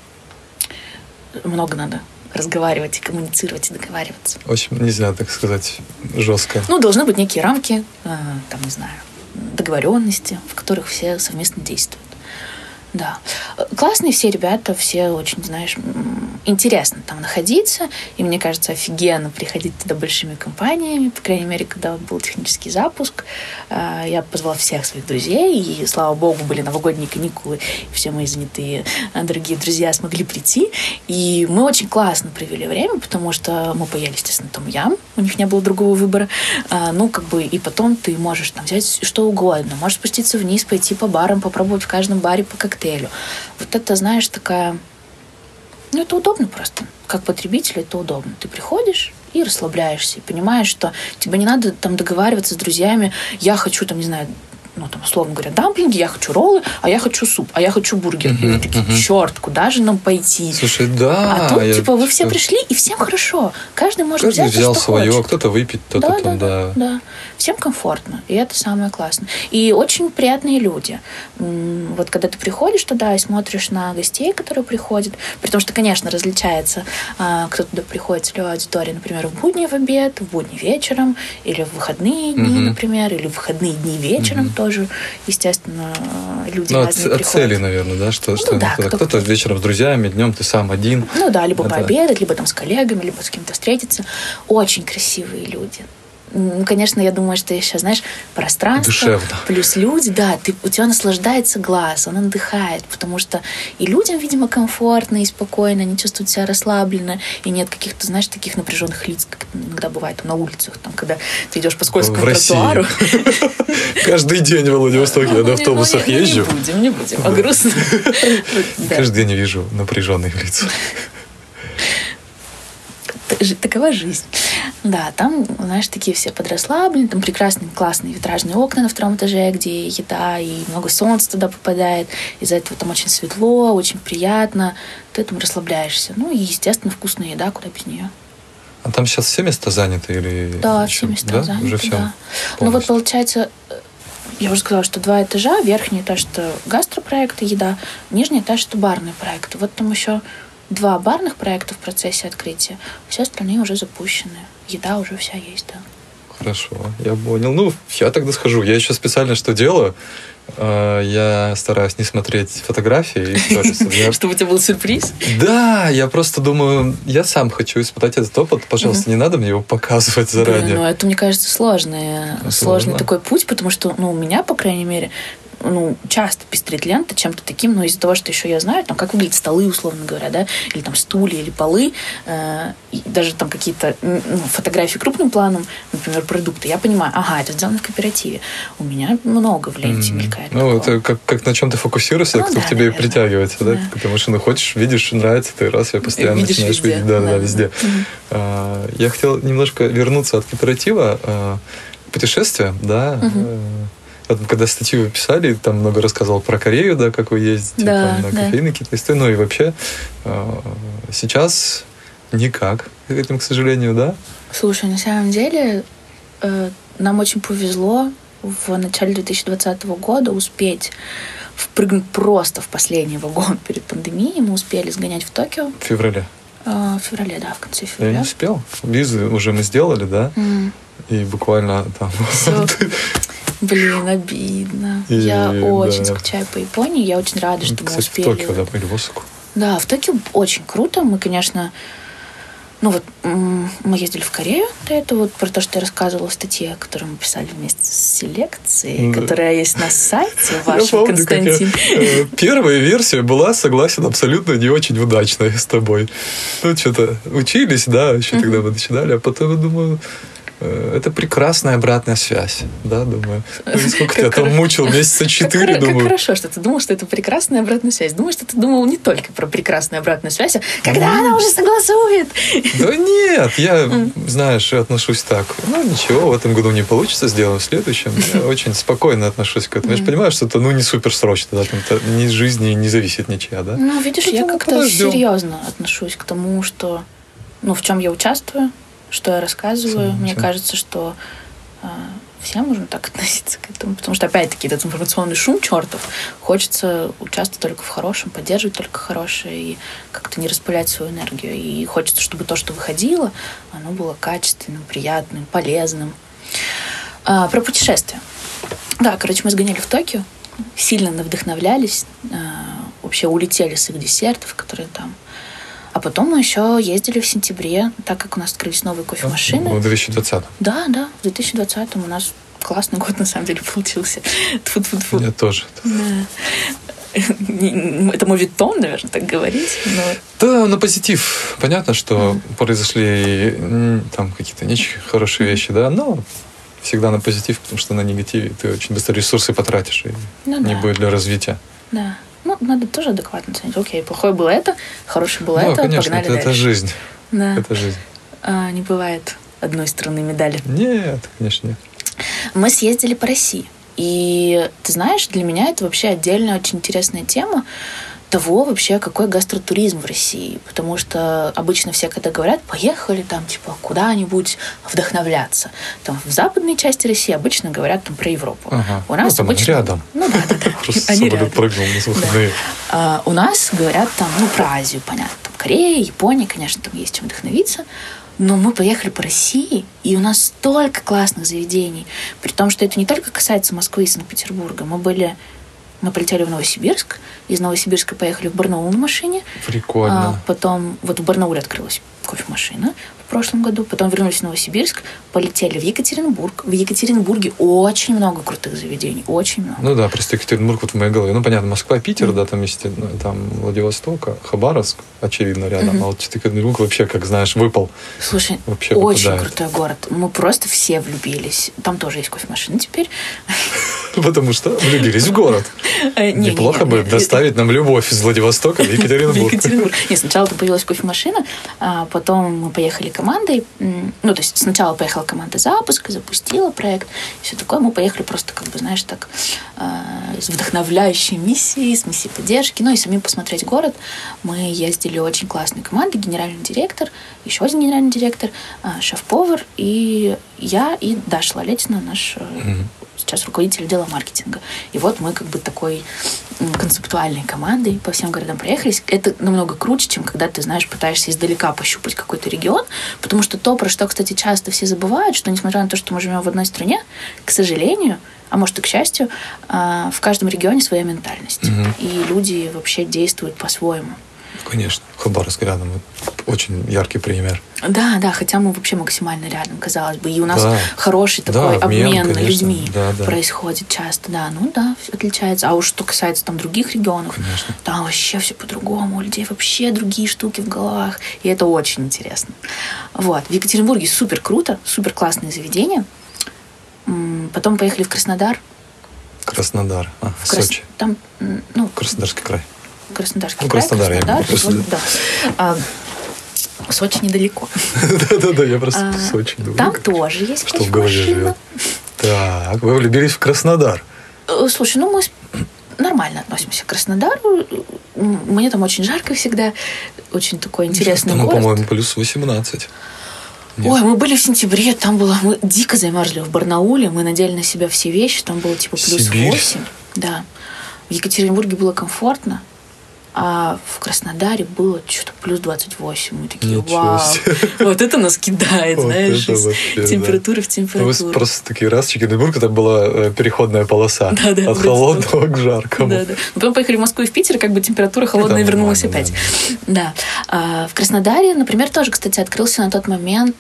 Много надо разговаривать и коммуницировать и договариваться. В общем, нельзя, так сказать, жестко. Ну, должны быть некие рамки, э, там, не знаю, договоренности, в которых все совместно действуют. Да. Классные все ребята, все очень, знаешь, интересно там находиться. И мне кажется, офигенно приходить туда большими компаниями. По крайней мере, когда был технический запуск, я позвала всех своих друзей. И, слава богу, были новогодние каникулы. И все мои занятые дорогие друзья смогли прийти. И мы очень классно провели время, потому что мы поели, естественно, том-ям. У них не было другого выбора. Ну, как бы, и потом ты можешь там взять что угодно. Можешь спуститься вниз, пойти по барам, попробовать в каждом баре по коктейлю. Вот это, знаешь, такая... Ну, это удобно просто. Как потребитель это удобно. Ты приходишь и расслабляешься, и понимаешь, что тебе не надо там договариваться с друзьями. Я хочу, там, не знаю, ну, там, условно говоря, дамплинги, я хочу роллы, а я хочу суп, а я хочу бургер. Uh-huh, и вы такие, uh-huh. черт, куда же нам пойти? Слушай, да. А тут, я... типа, вы все пришли, и всем хорошо. Каждый может Каждый взять взял то, что свое, хочет. Кто-то выпить, кто-то да, там, да, да. да, да. Всем комфортно, и это самое классное. И очень приятные люди. Вот когда ты приходишь туда и смотришь на гостей, которые приходят, при том, что, конечно, различается, кто туда приходит, целевая аудитория, например, в будни в обед, в будни вечером, или в выходные дни, uh-huh. например, или в выходные дни вечером uh-huh. тоже, естественно, люди ну, разные от, приходят. От цели, наверное, да? Что, ну, что да, кто-то, кто-то вечером с друзьями, днем ты сам один. Ну да, либо это... пообедать, либо там с коллегами, либо с кем-то встретиться. Очень красивые люди. Ну, конечно, я думаю, что еще, знаешь, пространство душевно. Плюс люди, да, ты, у тебя наслаждается глаз, он отдыхает, потому что и людям, видимо, комфортно и спокойно, они чувствуют себя расслабленно, и нет каких-то, знаешь, таких напряженных лиц, как иногда бывает там, на улицах, там, когда ты идешь по скользкому тротуару. Каждый день в Владивостоке я на автобусах езжу. Не будем, не будем, а грустно. Каждый день вижу напряженных лиц. Такова жизнь. Да, там, знаешь, такие все подрасслабленные, там прекрасные, классные витражные окна на втором этаже, где еда, и много солнца туда попадает. Из-за этого там очень светло, очень приятно. Ты там расслабляешься. Ну и, естественно, вкусная еда, куда без нее. А там сейчас все места заняты? Или да, еще? все места да? заняты, Уже все да. Ну вот получается, я уже сказала, что два этажа. Верхний этаж — это гастропроекты, еда. Нижний этаж — это барные проекты. Вот там еще два барных проекта в процессе открытия. Все остальные уже запущены. Еда уже вся есть, да. Хорошо, я понял. Ну, я тогда схожу. Я еще специально что делаю? Я стараюсь не смотреть фотографии и сторисы. Чтобы у тебя был сюрприз? Да, я просто думаю, я сам хочу испытать этот опыт. Пожалуйста, не надо мне его показывать заранее. Ну, это, мне кажется, сложный, сложный такой путь, потому что, ну, у меня, по крайней мере, ну, часто пестрит лента чем-то таким, но из-за того, что еще я знаю, там, как выглядят столы, условно говоря, да, или там стулья, или полы, э, и даже там какие-то ну, фотографии крупным планом, например, продукты, я понимаю, ага, это сделано в кооперативе. У меня много в ленте mm-hmm. мелькает. Ну, такого. это как, как на чем ты фокусируешься, ну, кто да, к тебе наверное. притягивается, да? да? Ты машину хочешь, видишь, нравится, ты раз, я постоянно видишь начинаешь везде. видеть. Да, да, да, да, везде. Mm-hmm. А, я хотел немножко вернуться от кооператива. А, путешествия, да, mm-hmm. Когда статью писали, там много рассказывал про Корею, да, как вы ездите, да, там, на да. кофейные какие-то истории. Ну и вообще э, сейчас никак к этим, к сожалению, да? Слушай, на самом деле э, нам очень повезло в начале две тысячи двадцатого года успеть впрыгнуть просто в последний вагон перед пандемией. Мы успели сгонять в Токио. В феврале? Э, в феврале, да, в конце февраля. Я не успел. Визы уже мы сделали, да? Mm. И буквально там... Всё. Блин, обидно. И, я очень да. скучаю по Японии. Я очень рада, что Кстати, мы успели. в Токио, да, или в Осаку. Да, в Токио очень круто. Мы, конечно... Ну вот, мы ездили в Корею до этого, вот про то, что я рассказывала в статье, которую мы писали вместе с селекцией, да. которая есть на сайте вашем, Константин. Я, первая версия была, согласен, абсолютно не очень удачная с тобой. Ну, что-то учились, да, еще uh-huh. тогда мы начинали, а потом, я думаю... Это прекрасная обратная связь, да, думаю. Ну, сколько тебя там мучил, месяца четыре, думаю. Как хорошо, что ты думал, что это прекрасная обратная связь. Думаю, что ты думал не только про прекрасную обратную связь, а когда она уже согласует. Да нет, я, знаешь, отношусь так. Ну, ничего, в этом году не получится, сделаем в следующем. Я очень спокойно отношусь к этому. Я же понимаю, что это, ну, не супер срочно, да, там ни жизни не зависит ничья, да. Ну, видишь, я как-то серьезно отношусь к тому, что, ну, в чем я участвую, что я рассказываю. Мне кажется, что э, всем нужно так относиться к этому, потому что, опять-таки, этот информационный шум чертов, хочется участвовать только в хорошем, поддерживать только хорошее и как-то не распылять свою энергию. И хочется, чтобы то, что выходило, оно было качественным, приятным, полезным. А, про путешествия. Да, короче, мы сгоняли в Токио, сильно вдохновлялись, э, вообще улетели с их десертов, которые там. А потом мы еще ездили в сентябре, так как у нас открылись новые кофемашины. В две тысячи двадцатом. Да, да, в две тысячи двадцатом у нас классный год, на самом деле, получился. Тьфу-тьфу-тьфу. Я тоже. Да. Это моветон, наверное, так говорить. Но... Да, на позитив. Понятно, что mm. произошли там какие-то не очень хорошие вещи, да, но всегда на позитив, потому что на негативе ты очень быстро ресурсы потратишь, и ну, не да. будет для развития. Да. Ну, надо тоже адекватно оценить. Окей, плохое было это, хорошее было ну, это, конечно, погнали это, дальше. Это жизнь. Да. Это жизнь. А, не бывает одной стороны медали. Нет, конечно, нет. Мы съездили по России. И, ты знаешь, для меня это вообще отдельная очень интересная тема того вообще, какой гастротуризм в России. Потому что обычно все, когда говорят, поехали там, типа, куда-нибудь вдохновляться. Там в западной части России обычно говорят там про Европу. Ага. У нас ну, там обычно... рядом. Ну, да, да, да. Просто Они самолет прыгнул на выходные. Да. А, у нас говорят там, ну, про Азию, понятно. Там Корея, Япония, конечно, там есть чем вдохновиться. Но мы поехали по России, и у нас столько классных заведений. При том, что это не только касается Москвы и Санкт-Петербурга. Мы были... Мы полетели в Новосибирск, из Новосибирска поехали в Барнаул на машине. Прикольно. А, потом вот в Барнауле открылась кофемашина в прошлом году. Потом вернулись в Новосибирск, полетели в Екатеринбург. В Екатеринбурге очень много крутых заведений, очень много. Ну да, просто Екатеринбург вот в моей голове. Ну, понятно, Москва, Питер, mm-hmm. да, там есть там Владивосток, Хабаровск, очевидно, рядом. Mm-hmm. А вот Екатеринбург вообще, как знаешь, выпал. Слушай, вообще очень выпадает. Крутой город. Мы просто все влюбились. Там тоже есть кофемашина теперь. Потому что влюбились в город. Неплохо бы доставить нам любовь из Владивостока в Екатеринбург. Нет, сначала там появилась кофемашина, а потом мы поехали командой. Ну, то есть сначала поехала команда запуска, запустила проект, и все такое. Мы поехали просто, как бы, знаешь, так, с вдохновляющей миссией, с миссией поддержки. Ну, и самим посмотреть город. Мы ездили очень классной командой, генеральный директор, еще один генеральный директор, шеф-повар, и я, и Даша Лалетина, наш... сейчас руководитель отдела маркетинга. И вот мы как бы такой концептуальной командой по всем городам проехались. Это намного круче, чем когда ты, знаешь, пытаешься издалека пощупать какой-то регион, потому что то, про что, кстати, часто все забывают, что несмотря на то, что мы живем в одной стране, к сожалению, а может и к счастью, в каждом регионе своя ментальность. Mm-hmm. И люди вообще действуют по-своему. Конечно, Хабаровск рядом. Очень яркий пример. Да, да, хотя мы вообще максимально рядом, казалось бы. И у нас да. хороший такой да, обмен, обмен конечно. людьми да, да. происходит часто. Да, ну да, все отличается. А уж что касается там других регионов, конечно. там вообще все по-другому. У людей вообще другие штуки в головах. И это очень интересно. Вот. В Екатеринбурге супер круто, супер классные заведения. Потом поехали в Краснодар. Краснодар. А, в Крас... Сочи. Там, ну, Краснодарский край. Краснодарский ну, край, Краснодар, Краснодар. Я Вот, да. а, Сочи недалеко. Да-да-да, я просто а, в Сочи думаю. Там тоже есть что в голове живет. Так, вы влюбились в Краснодар? Слушай, ну мы нормально относимся к Краснодару. Мне там очень жарко всегда. Очень такой интересный там, город. По-моему, плюс восемнадцать. Нет. Ой, мы были в сентябре, там было... Мы дико замерзли в Барнауле, мы надели на себя все вещи, там было типа плюс восемь. Да. В Екатеринбурге было комфортно, а в Краснодаре было что-то плюс двадцать восемь. Мы такие, Ничего вау, себе. Вот это нас кидает, Вот знаешь, из вообще, температуры да. в температуру. Ну, просто такие раз, в Екатеринбург, это была переходная полоса. Да, да, от холодного к жаркому. Да, да. Мы потом поехали в Москву и в Питер, как бы температура холодная вернулась опять. Да. да. А в Краснодаре, например, тоже, кстати, открылся на тот момент,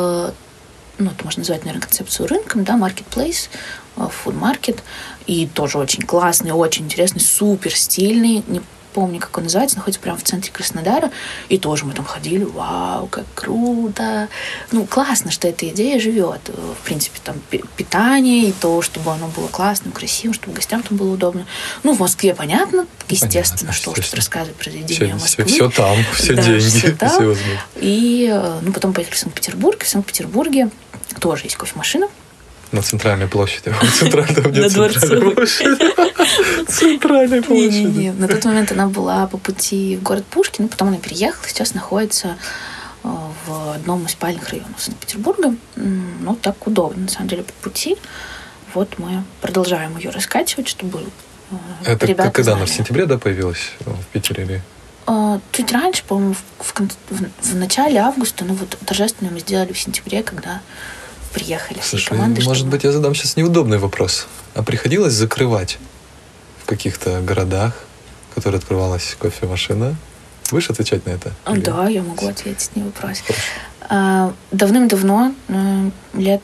ну, это можно назвать, наверное, концепцию рынком, да, marketplace, food market, и тоже очень классный, очень интересный, супер стильный, не помню, как он называется, находится прямо в центре Краснодара, и тоже мы там ходили, вау, как круто. Ну, классно, что эта идея живет. В принципе, там питание, и то, чтобы оно было классным, красивым, чтобы гостям там было удобно. Ну, в Москве понятно, естественно, понятно, что уж рассказывать про заведения все, Москвы. Все, все там, все да, деньги. Все там. Все и, ну, потом поехали в Санкт-Петербург. В Санкт-Петербурге тоже есть кофемашина. На центральной площади. Центральной На Дворцовой. Центральной площади. Не-не-не. На тот момент она была по пути в город Пушкин, потом она переехала, сейчас находится в одном из спальных районов Санкт-Петербурга. Ну, так удобно, на самом деле, по пути. Вот мы продолжаем ее раскачивать, чтобы Это ребята когда знали. она в сентябре, да, появилась в Питере? Или? Чуть раньше, по-моему, в, в, в начале августа, ну вот торжественно мы сделали в сентябре, когда приехали всей Слушай, командой. может чтобы... быть, я задам сейчас неудобный вопрос. А приходилось закрывать в каких-то городах, в которые открывалась кофемашина? Будешь отвечать на это? Или... Да, я могу ответить на вопрос. А, давным-давно, лет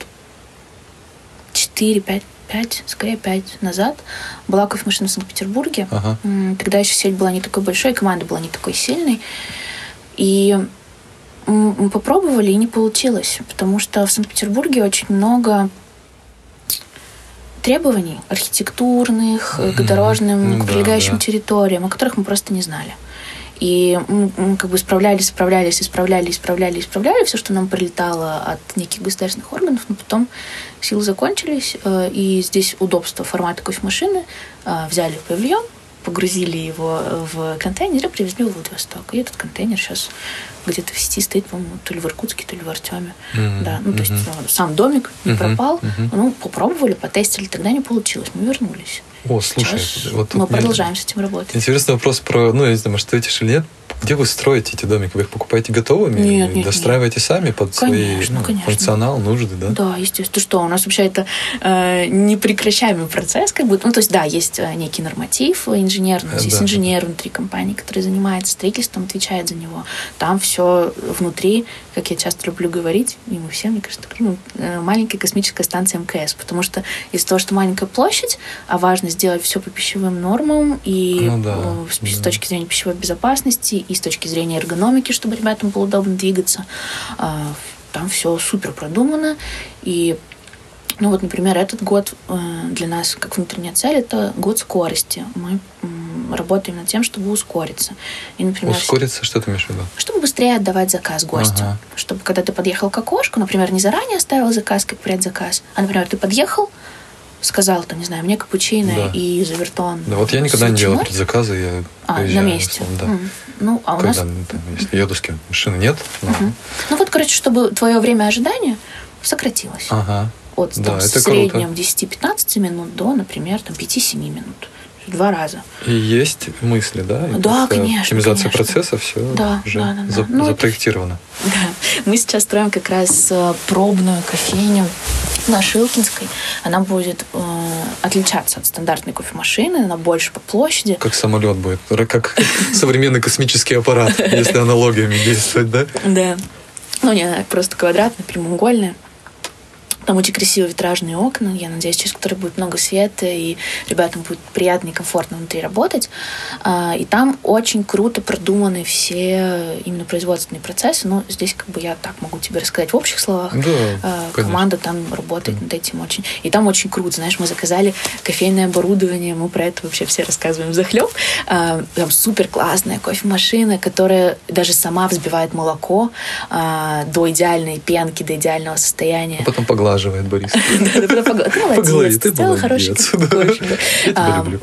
четыре-пять, пять, скорее пять назад, была кофемашина в Санкт-Петербурге. Ага. Тогда еще сеть была не такой большой, команда была не такой сильной. И мы попробовали, и не получилось, потому что в Санкт-Петербурге очень много требований архитектурных, mm-hmm. к дорожным, mm-hmm. к прилегающим да, да. территориям, о которых мы просто не знали. И мы как бы справлялись, справлялись, исправляли, исправляли, исправляли все, что нам прилетало от неких государственных органов, но потом силы закончились, и здесь удобство формата кофемашины взяли в павильон, погрузили его в контейнер и привезли в Владивосток. И этот контейнер сейчас где-то в сети стоит, по-моему, то ли в Иркутске, то ли в Артеме. Mm-hmm. Да, ну, то есть mm-hmm. сам домик не mm-hmm. пропал. Mm-hmm. Ну, попробовали, потестили, тогда не получилось. Мы вернулись. О, слушай, сейчас вот мы мне... продолжаем с этим работать. Интересный вопрос про, ну, я не знаю, может, ответишь или нет. Где вы строите эти домики? Вы их покупаете готовыми? Нет, нет, достраиваете нет. сами под конечно, свои ну, конечно. функционал, нужды, да? Да, естественно. Ты что, у нас вообще это э, непрекращаемый процесс, как бы. Ну, то есть, да, есть некий норматив инженерный, да. есть инженер внутри компании, который занимается строительством, отвечает за него. Там все внутри, как я часто люблю говорить, и мы все, мне кажется, ну, маленькая космическая станция эм ка эс, потому что из-за того, что маленькая площадь, а важно сделать все по пищевым нормам и ну, да, с, да. с точки зрения пищевой безопасности, и с точки зрения эргономики, чтобы ребятам было удобно двигаться. Там все супер продумано. И, ну вот, например, этот год для нас, как внутренняя цель, это год скорости. Мы работаем над тем, чтобы ускориться. И, например, ускориться? Что ты имеешь в виду? Чтобы быстрее отдавать заказ гостю. Ага. Чтобы, когда ты подъехал к окошку, например, не заранее оставил заказ, как предзаказ, а, например, ты подъехал, сказал, там, не знаю, мне капучино да. и завертон. Да, вот я никогда не делал предзаказы, я а, на месте. Сам, да. Mm. Ну, а у когда, нас... там, если еду с кем, машины нет. Но... Uh-huh. Ну вот, короче, чтобы твое время ожидания сократилось. Ага. От да, там, это в среднем круто. десять-пятнадцать минут до, например, там, пять-семь минут. Два раза. И есть мысли, да? И да, конечно. Оптимизация конечно. процесса, все да, уже да, да, да. За, ну, запроектировано. Да. Мы сейчас строим как раз пробную кофейню на Шилкинской. Она будет э, отличаться от стандартной кофемашины, она больше по площади. Как самолет будет, как современный космический аппарат, если аналогиями действовать, да? Да. Ну, не, просто квадратная, прямоугольная. Там очень красивые витражные окна, я надеюсь, через которые будет много света, и ребятам будет приятно и комфортно внутри работать. И там очень круто продуманы все именно производственные процессы. Но здесь как бы я так могу тебе рассказать в общих словах. Да, команда там работает да. над этим очень. И там очень круто. Знаешь, мы заказали кофейное оборудование, мы про это вообще все рассказываем взахлеб. Там супер классная кофемашина, которая даже сама взбивает молоко до идеальной пенки, до идеального состояния. А потом поглаживает. Поглаживает Борис. Ты молодец, ты сделал хороший кофе. Я тебя люблю.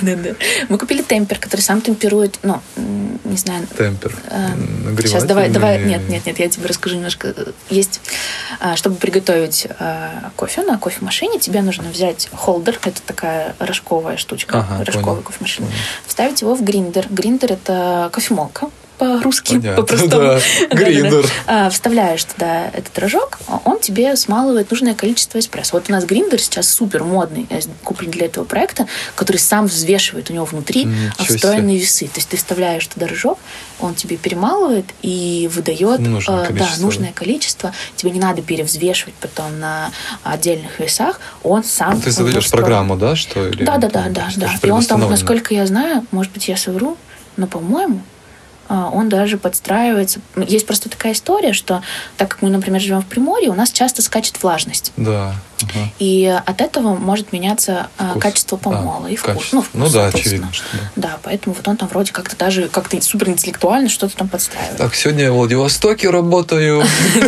Мы купили темпер, который сам темперует, ну, не знаю. Темпер. Сейчас давай, давай, нет, нет, нет, я тебе расскажу немножко. Есть, чтобы приготовить кофе на кофемашине, тебе нужно взять холдер, это такая рожковая штучка, рожковая кофемашина, вставить его в гриндер. Гриндер — это кофемолка. По-русски, по-простому. Да, гриндер. Да, да. А, вставляешь туда этот рожок, он тебе смалывает нужное количество эспрессо. Вот у нас гриндер сейчас супер модный, куплен для этого проекта, который сам взвешивает, у него внутри Ничего встроенные себе. весы. То есть ты вставляешь туда рожок, он тебе перемалывает и выдает нужное, э, количество. Да, нужное количество. Тебе не надо перевзвешивать потом на отдельных весах, он сам. Ты задаешь программу, да, что? Или да, да, да, да, да. И он там, насколько я знаю, может быть, я совру, но, по-моему, он даже подстраивается. Есть просто такая история, что так как мы, например, живем в Приморье, у нас часто скачет влажность. Да. Ага. И от этого может меняться вкус. качество помола а, и вкус. Качество. Ну, вкус, ну да, очевидно. Что да. да, поэтому вот он там вроде как-то даже как-то суперинтеллектуально что-то там подстраивает. Так, сегодня я в Владивостоке работаю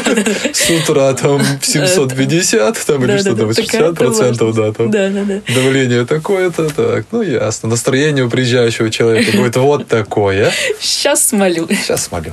с утра там семьсот пятьдесят там или что-то, восемьдесят процентов, да, там давление такое-то, так, ну ясно. Настроение у приезжающего человека будет вот такое. Сейчас смолю. Сейчас смолю.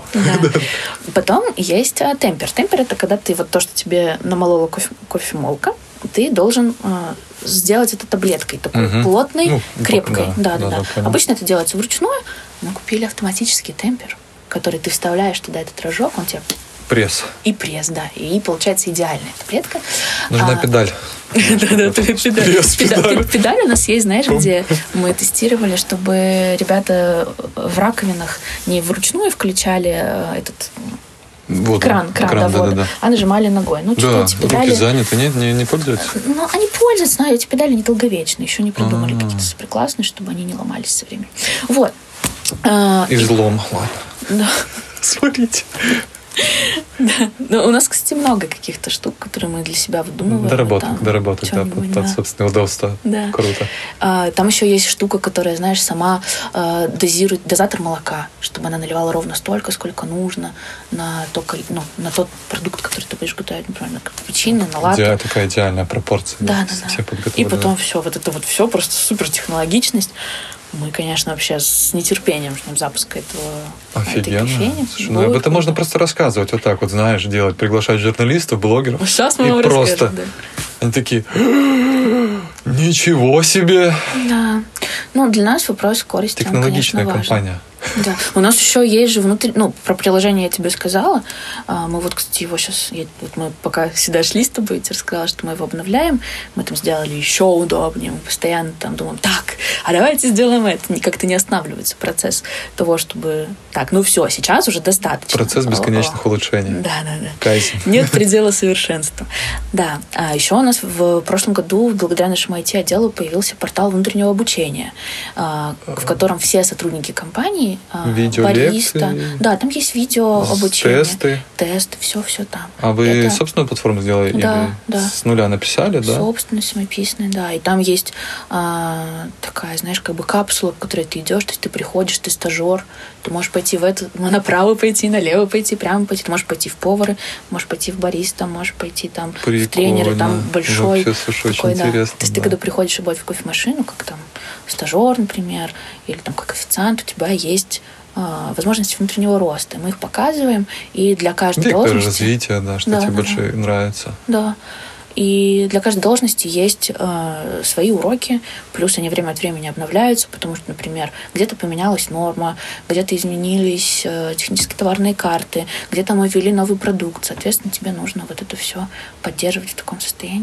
Потом есть темпер. Темпер — это когда ты вот то, что тебе намолола кофемолка, ты должен э, сделать это таблеткой, такой угу. плотной, ну, крепкой. Да, да, да, да. да. Обычно это делается вручную. Мы купили автоматический темпер, который ты вставляешь туда этот рожок, он тебе... Пресс. И пресс, да. И получается идеальная таблетка. Нужна а, педаль. Да-да, педаль. Педаль у нас есть, знаешь, где мы тестировали, чтобы ребята в раковинах не вручную включали этот... Воду. Кран, кран, кран, да, воду. Да, да. А нажимали ногой. Ну, да, эти педали... руки заняты, нет, не, не пользуются? Ну, они пользуются, но эти педали недолговечны. Еще не придумали А-а-а. какие-то суперклассные, чтобы они не ломались со временем. Вот. Излом, ладно. Да. Смотрите. Да. Ну, у нас, кстати, много каких-то штук, которые мы для себя выдумываем. Доработок, там, доработок, да, под, да. под собственное удобство. Да. Круто. А, там еще есть штука, которая, знаешь, сама а, дозирует, дозатор молока, чтобы она наливала ровно столько, сколько нужно на, то, ну, на тот продукт, который ты будешь готовить, например, на капучино, на латте. Иде, такая идеальная пропорция. Да, да, да. да. И потом все, вот это вот все, просто супертехнологичность. Мы, конечно, вообще с нетерпением ждем запуска этого Офигенно. Слушай, ну, об этом можно просто рассказывать вот так вот, знаешь, делать, приглашать журналистов, блогеров. Сейчас мы и вам просто да. Они такие, ничего себе! Да. Ну, для нас вопрос скорости, технологичная он, конечно, компания. важен. Да. У нас еще есть же внутри... Ну, про приложение я тебе сказала. Мы вот, кстати, его сейчас... Вот мы пока сюда шли с тобой, я тебе рассказала, что мы его обновляем. Мы там сделали еще удобнее. Мы постоянно там думаем, так, а давайте сделаем это. Как-то не останавливается процесс того, чтобы... Так, ну все, сейчас уже достаточно. Процесс бесконечных улучшений. Да, да, да. Кайзен. Нет предела совершенства. Да. А еще у нас в прошлом году, благодаря нашему ай ти-отделу, появился портал внутреннего обучения, в котором все сотрудники компании, бариста. Да, там есть видео обучения. Тесты. Тесты, все-все там. А вы Это... собственную платформу сделали? Да, или да. С нуля написали, да? Собственно, самописные, да. И там есть а, такая, знаешь, как бы капсула, в которой ты идешь, то есть ты приходишь, ты стажер, ты можешь пойти в это, направо пойти, налево пойти, прямо пойти, ты можешь пойти в повары, можешь пойти в бариста, можешь пойти там Прикольно. в тренеры, там большой. Вообще, слушай, такой, очень да. интересно. То есть да. ты когда приходишь работать в кофемашину, как там стажер, например, или там как официант, у тебя есть возможности внутреннего роста. Мы их показываем, и для каждой Вектор должности... развития, да, что да, тебе да, больше да. нравится. Да. И для каждой должности есть э, свои уроки, плюс они время от времени обновляются, потому что, например, где-то поменялась норма, где-то изменились э, технические товарные карты, где-то мы ввели новый продукт. Соответственно, тебе нужно вот это все поддерживать в таком состоянии.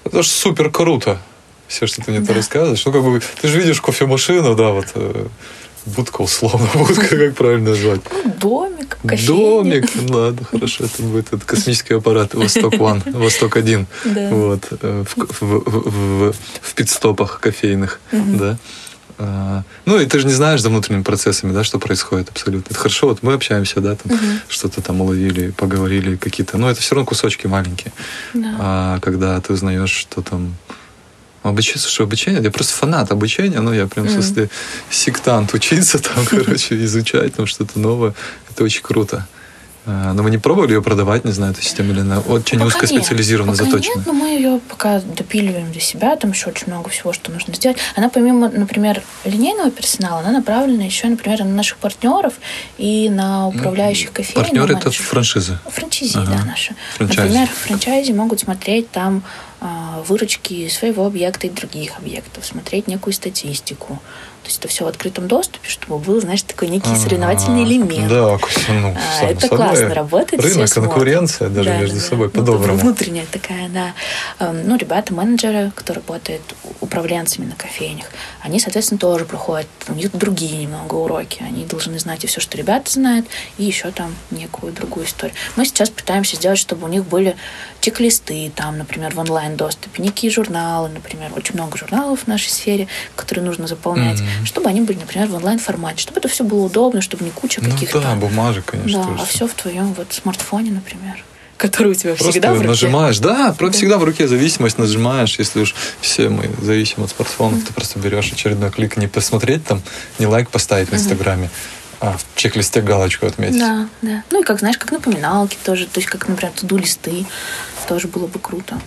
Это же супер круто. Все, что ты мне да. рассказываешь. Ну, как бы, ты же видишь кофемашину, да, вот будка условно, будка, как правильно назвать? Домик, кофейня. Домик, ладно, хорошо, это будет этот космический аппарат Восток-Один, Восток-один, да. Вот, в, в, в, в пит-стопах кофейных, угу. да. А, ну, и ты же не знаешь за внутренними процессами, да, что происходит абсолютно. Это хорошо, вот мы общаемся, да, там, угу. что-то там уловили, поговорили какие-то, но это все равно кусочки маленькие. Да. А когда ты узнаешь, что там обучение, слушай, обучение, я просто фанат обучения, ну, я прям, mm. в смысле, сектант учиться там, короче, изучать там что-то новое, это очень круто. Но вы не пробовали ее продавать, не знаю, эту систему, или она очень пока узкоспециализирована, пока заточена? Нет, но мы ее пока допиливаем для себя, там еще очень много всего, что нужно сделать. Она помимо, например, линейного персонала, она направлена еще, например, на наших партнеров и на управляющих кофеин. Партнеры — это франшизы? Франчайзи, ага. да, наши. Франчайзи. Например, франчайзи могут смотреть там выручки своего объекта и других объектов, смотреть некую статистику. То есть это все в открытом доступе, чтобы был, знаешь, такой некий соревновательный элемент. Да, ну, а, это собой. Классно работает. Рынок, конкуренция даже да, между да, собой да. по-доброму. Ну, внутренняя такая, да. Ну, ребята, менеджеры, которые работают управленцами на кофейнях, они, соответственно, тоже проходят, у них другие немного уроки. Они должны знать и все, что ребята знают, и еще там некую другую историю. Мы сейчас пытаемся сделать, чтобы у них были чек-листы, там, например, в онлайн-доступе, некие журналы, например, очень много журналов в нашей сфере, которые нужно заполнять, mm-hmm. чтобы они были, например, в онлайн-формате, чтобы это все было удобно, чтобы не куча каких-то... Ну да, бумажек, конечно. Да, а все в твоем вот смартфоне, например, который у тебя просто всегда в руке. Нажимаешь, да, да, всегда в руке зависимость, нажимаешь, если уж все мы зависим от смартфонов, mm-hmm. ты просто берешь очередной клик, не посмотреть там, не лайк поставить в Инстаграме, mm-hmm. А, в чек-листе галочку отметить. Да, да. Ну и как, знаешь, как напоминалки тоже. То есть, как, например, туду-листы. Тоже было бы круто,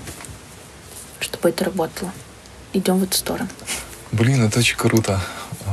чтобы это работало. Идем в эту сторону. Блин, это очень круто.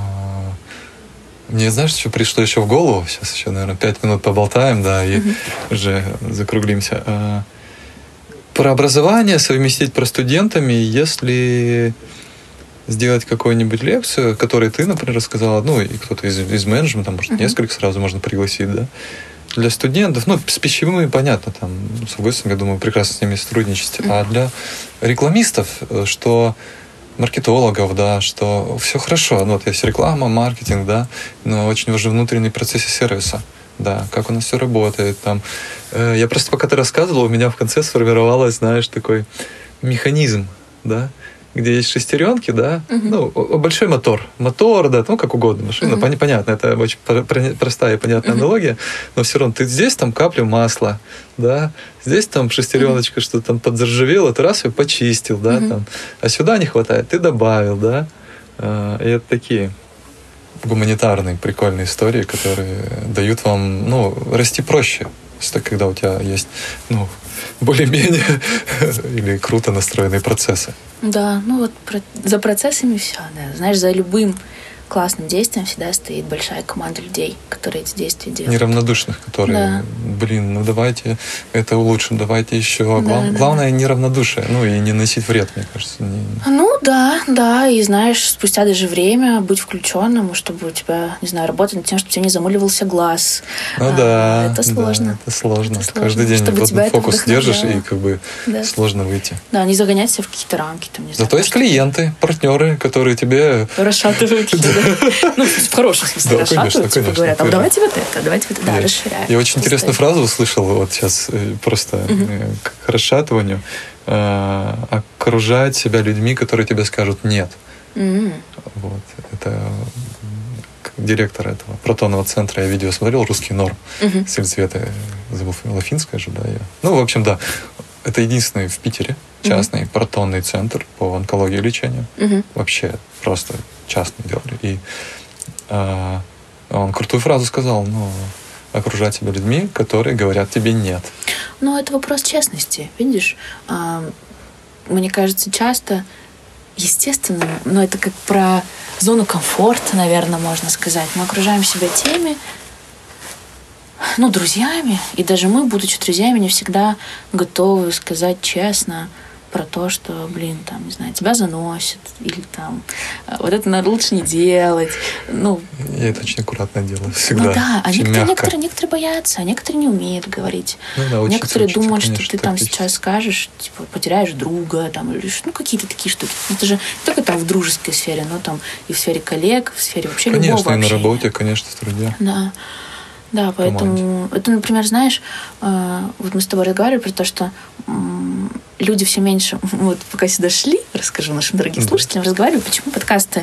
Мне, знаешь, что пришло еще в голову? Сейчас еще, наверное, пять минут поболтаем, да, и угу. уже закруглимся. Про образование совместить про студентами, если... сделать какую-нибудь лекцию, которую ты, например, рассказала, ну, и кто-то из, из менеджмента, может, uh-huh. несколько сразу можно пригласить, да, для студентов, ну, с пищевыми, понятно, там, с Августом, я думаю, прекрасно с ними сотрудничать, uh-huh. а для рекламистов, что маркетологов, да, что все хорошо, ну, вот есть реклама, маркетинг, да, но очень важны внутренние процессы сервиса, да, как у нас все работает, там, э, я просто, пока ты рассказывала, у меня в конце сформировалось, знаешь, такой механизм, да, где есть шестеренки, да, uh-huh. ну, большой мотор, мотор, да, ну, как угодно, машина, uh-huh. понятно, это очень простая и понятная uh-huh. аналогия, но все равно ты здесь там каплю масла, да, здесь там шестереночка, uh-huh. что там подзаржавело, ты раз ее почистил, да, uh-huh. там, а сюда не хватает, ты добавил, да, и это такие гуманитарные прикольные истории, которые дают вам, ну, расти проще, когда у тебя есть, ну, более-менее или круто настроенные процессы. Да, ну вот про, за процессами все, да. Знаешь, за любым классным действием всегда стоит большая команда людей, которые эти действия делают. Неравнодушных, которые, да. блин, ну давайте это улучшим, давайте еще. Да, Глав, да, главное да. неравнодушие, ну и не носить вред, мне кажется. Не... Ну да, да, и знаешь, спустя даже время быть включенным, чтобы у тебя, не знаю, работать над тем, чтобы тебе не замыливался глаз. Ну а, да, это сложно. Да, это сложно. Это сложно. Каждый день чтобы вот фокус держишь, и как бы да. сложно выйти. Да, не загонять себя в какие-то рамки. Там, не знаю, Зато есть клиенты, партнеры, которые тебе... Расшатывают. Ну, в хорошем смысле да, расшатывают, конечно, типа, конечно, говорят, а давайте вот это, давайте вот это, да, расширяем. Я очень интересную фразу услышал вот сейчас просто угу. к расшатыванию. Окружать себя людьми, которые тебе скажут «нет». Угу. Вот. Это директор этого протонного центра, я видео смотрел, «Русский норм», угу. Сельцвета, забыл, Лафинская же, да, я. Ну, в общем, да, это единственный в Питере частный угу. протонный центр по онкологии и лечению. Угу. Вообще просто частно делали. И а, он крутую фразу сказал, ну, окружать себя людьми, которые говорят тебе «нет». Ну, это вопрос честности, видишь? А, мне кажется, часто, естественно, но это как про зону комфорта, наверное, можно сказать. Мы окружаем себя теми, ну, друзьями, и даже мы, будучи друзьями, не всегда готовы сказать честно про то, что, блин, там, не знаю, тебя заносит, или там, вот это надо лучше не делать. Ну, я это очень аккуратно делаю всегда. Ну да, а некоторые, мягко. некоторые, некоторые боятся, а некоторые не умеют говорить. Ну, да, учиться, некоторые учиться, думают, конечно, что ты там тактически. сейчас скажешь, типа, потеряешь друга, там, или ну, какие-то такие штуки. Это же не только там в дружеской сфере, но там и в сфере коллег, в сфере вообще конечно, любого и на общения. работе, конечно, в труде. Да. Да, поэтому... Это, например, знаешь, вот мы с тобой разговаривали про то, что люди все меньше... Вот пока сюда шли, расскажу нашим дорогим слушателям, разговаривали, почему подкасты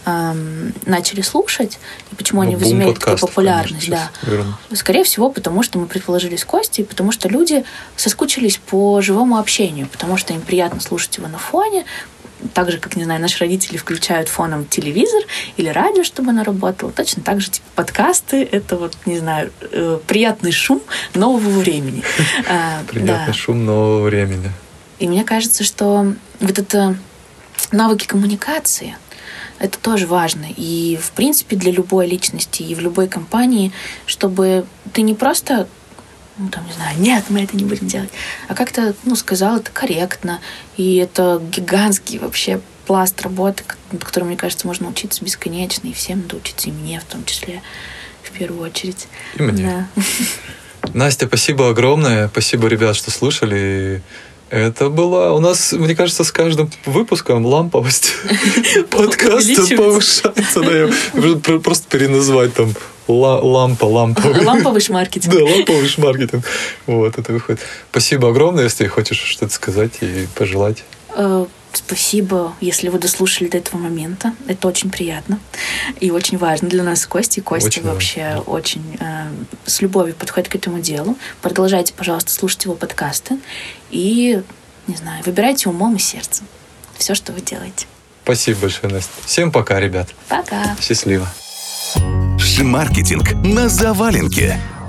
э, начали слушать, и почему ну, они возымели такую популярность. Да. Скорее всего, потому что мы предположили с Костей, потому что люди соскучились по живому общению, потому что им приятно слушать его на фоне, так же, как, не знаю, наши родители включают фоном телевизор или радио, чтобы оно работало. Точно так же, типа, подкасты — это вот, не знаю, э, приятный шум нового времени. Приятный шум нового времени. И мне кажется, что вот это навыки коммуникации — это тоже важно. И, в принципе, для любой личности и в любой компании, чтобы ты не просто... ну, там, не знаю, нет, мы это не будем делать. А как-то, ну, сказал это корректно. И это гигантский вообще пласт работы, которому, мне кажется, можно учиться бесконечно. И всем надо учиться, и мне в том числе, в первую очередь. И мне. Да. Настя, спасибо огромное. Спасибо, ребят, что слушали. Это было... У нас, мне кажется, с каждым выпуском ламповость подкаста повышается. Просто переназвать там лампа, ламповый. Ламповый шмаркетинг. Да, ламповый шмаркетинг. Вот, это выходит. Спасибо огромное, если хочешь что-то сказать и пожелать. Спасибо, если вы дослушали до этого момента. Это очень приятно и очень важно для нас с Костей. Костя очень вообще важно. очень э, с любовью подходит к этому делу. Продолжайте, пожалуйста, слушать его подкасты и, не знаю, выбирайте умом и сердцем все, что вы делаете. Спасибо большое, Настя. Всем пока, ребят. Пока. Счастливо. Шмаркетинг на заваленке.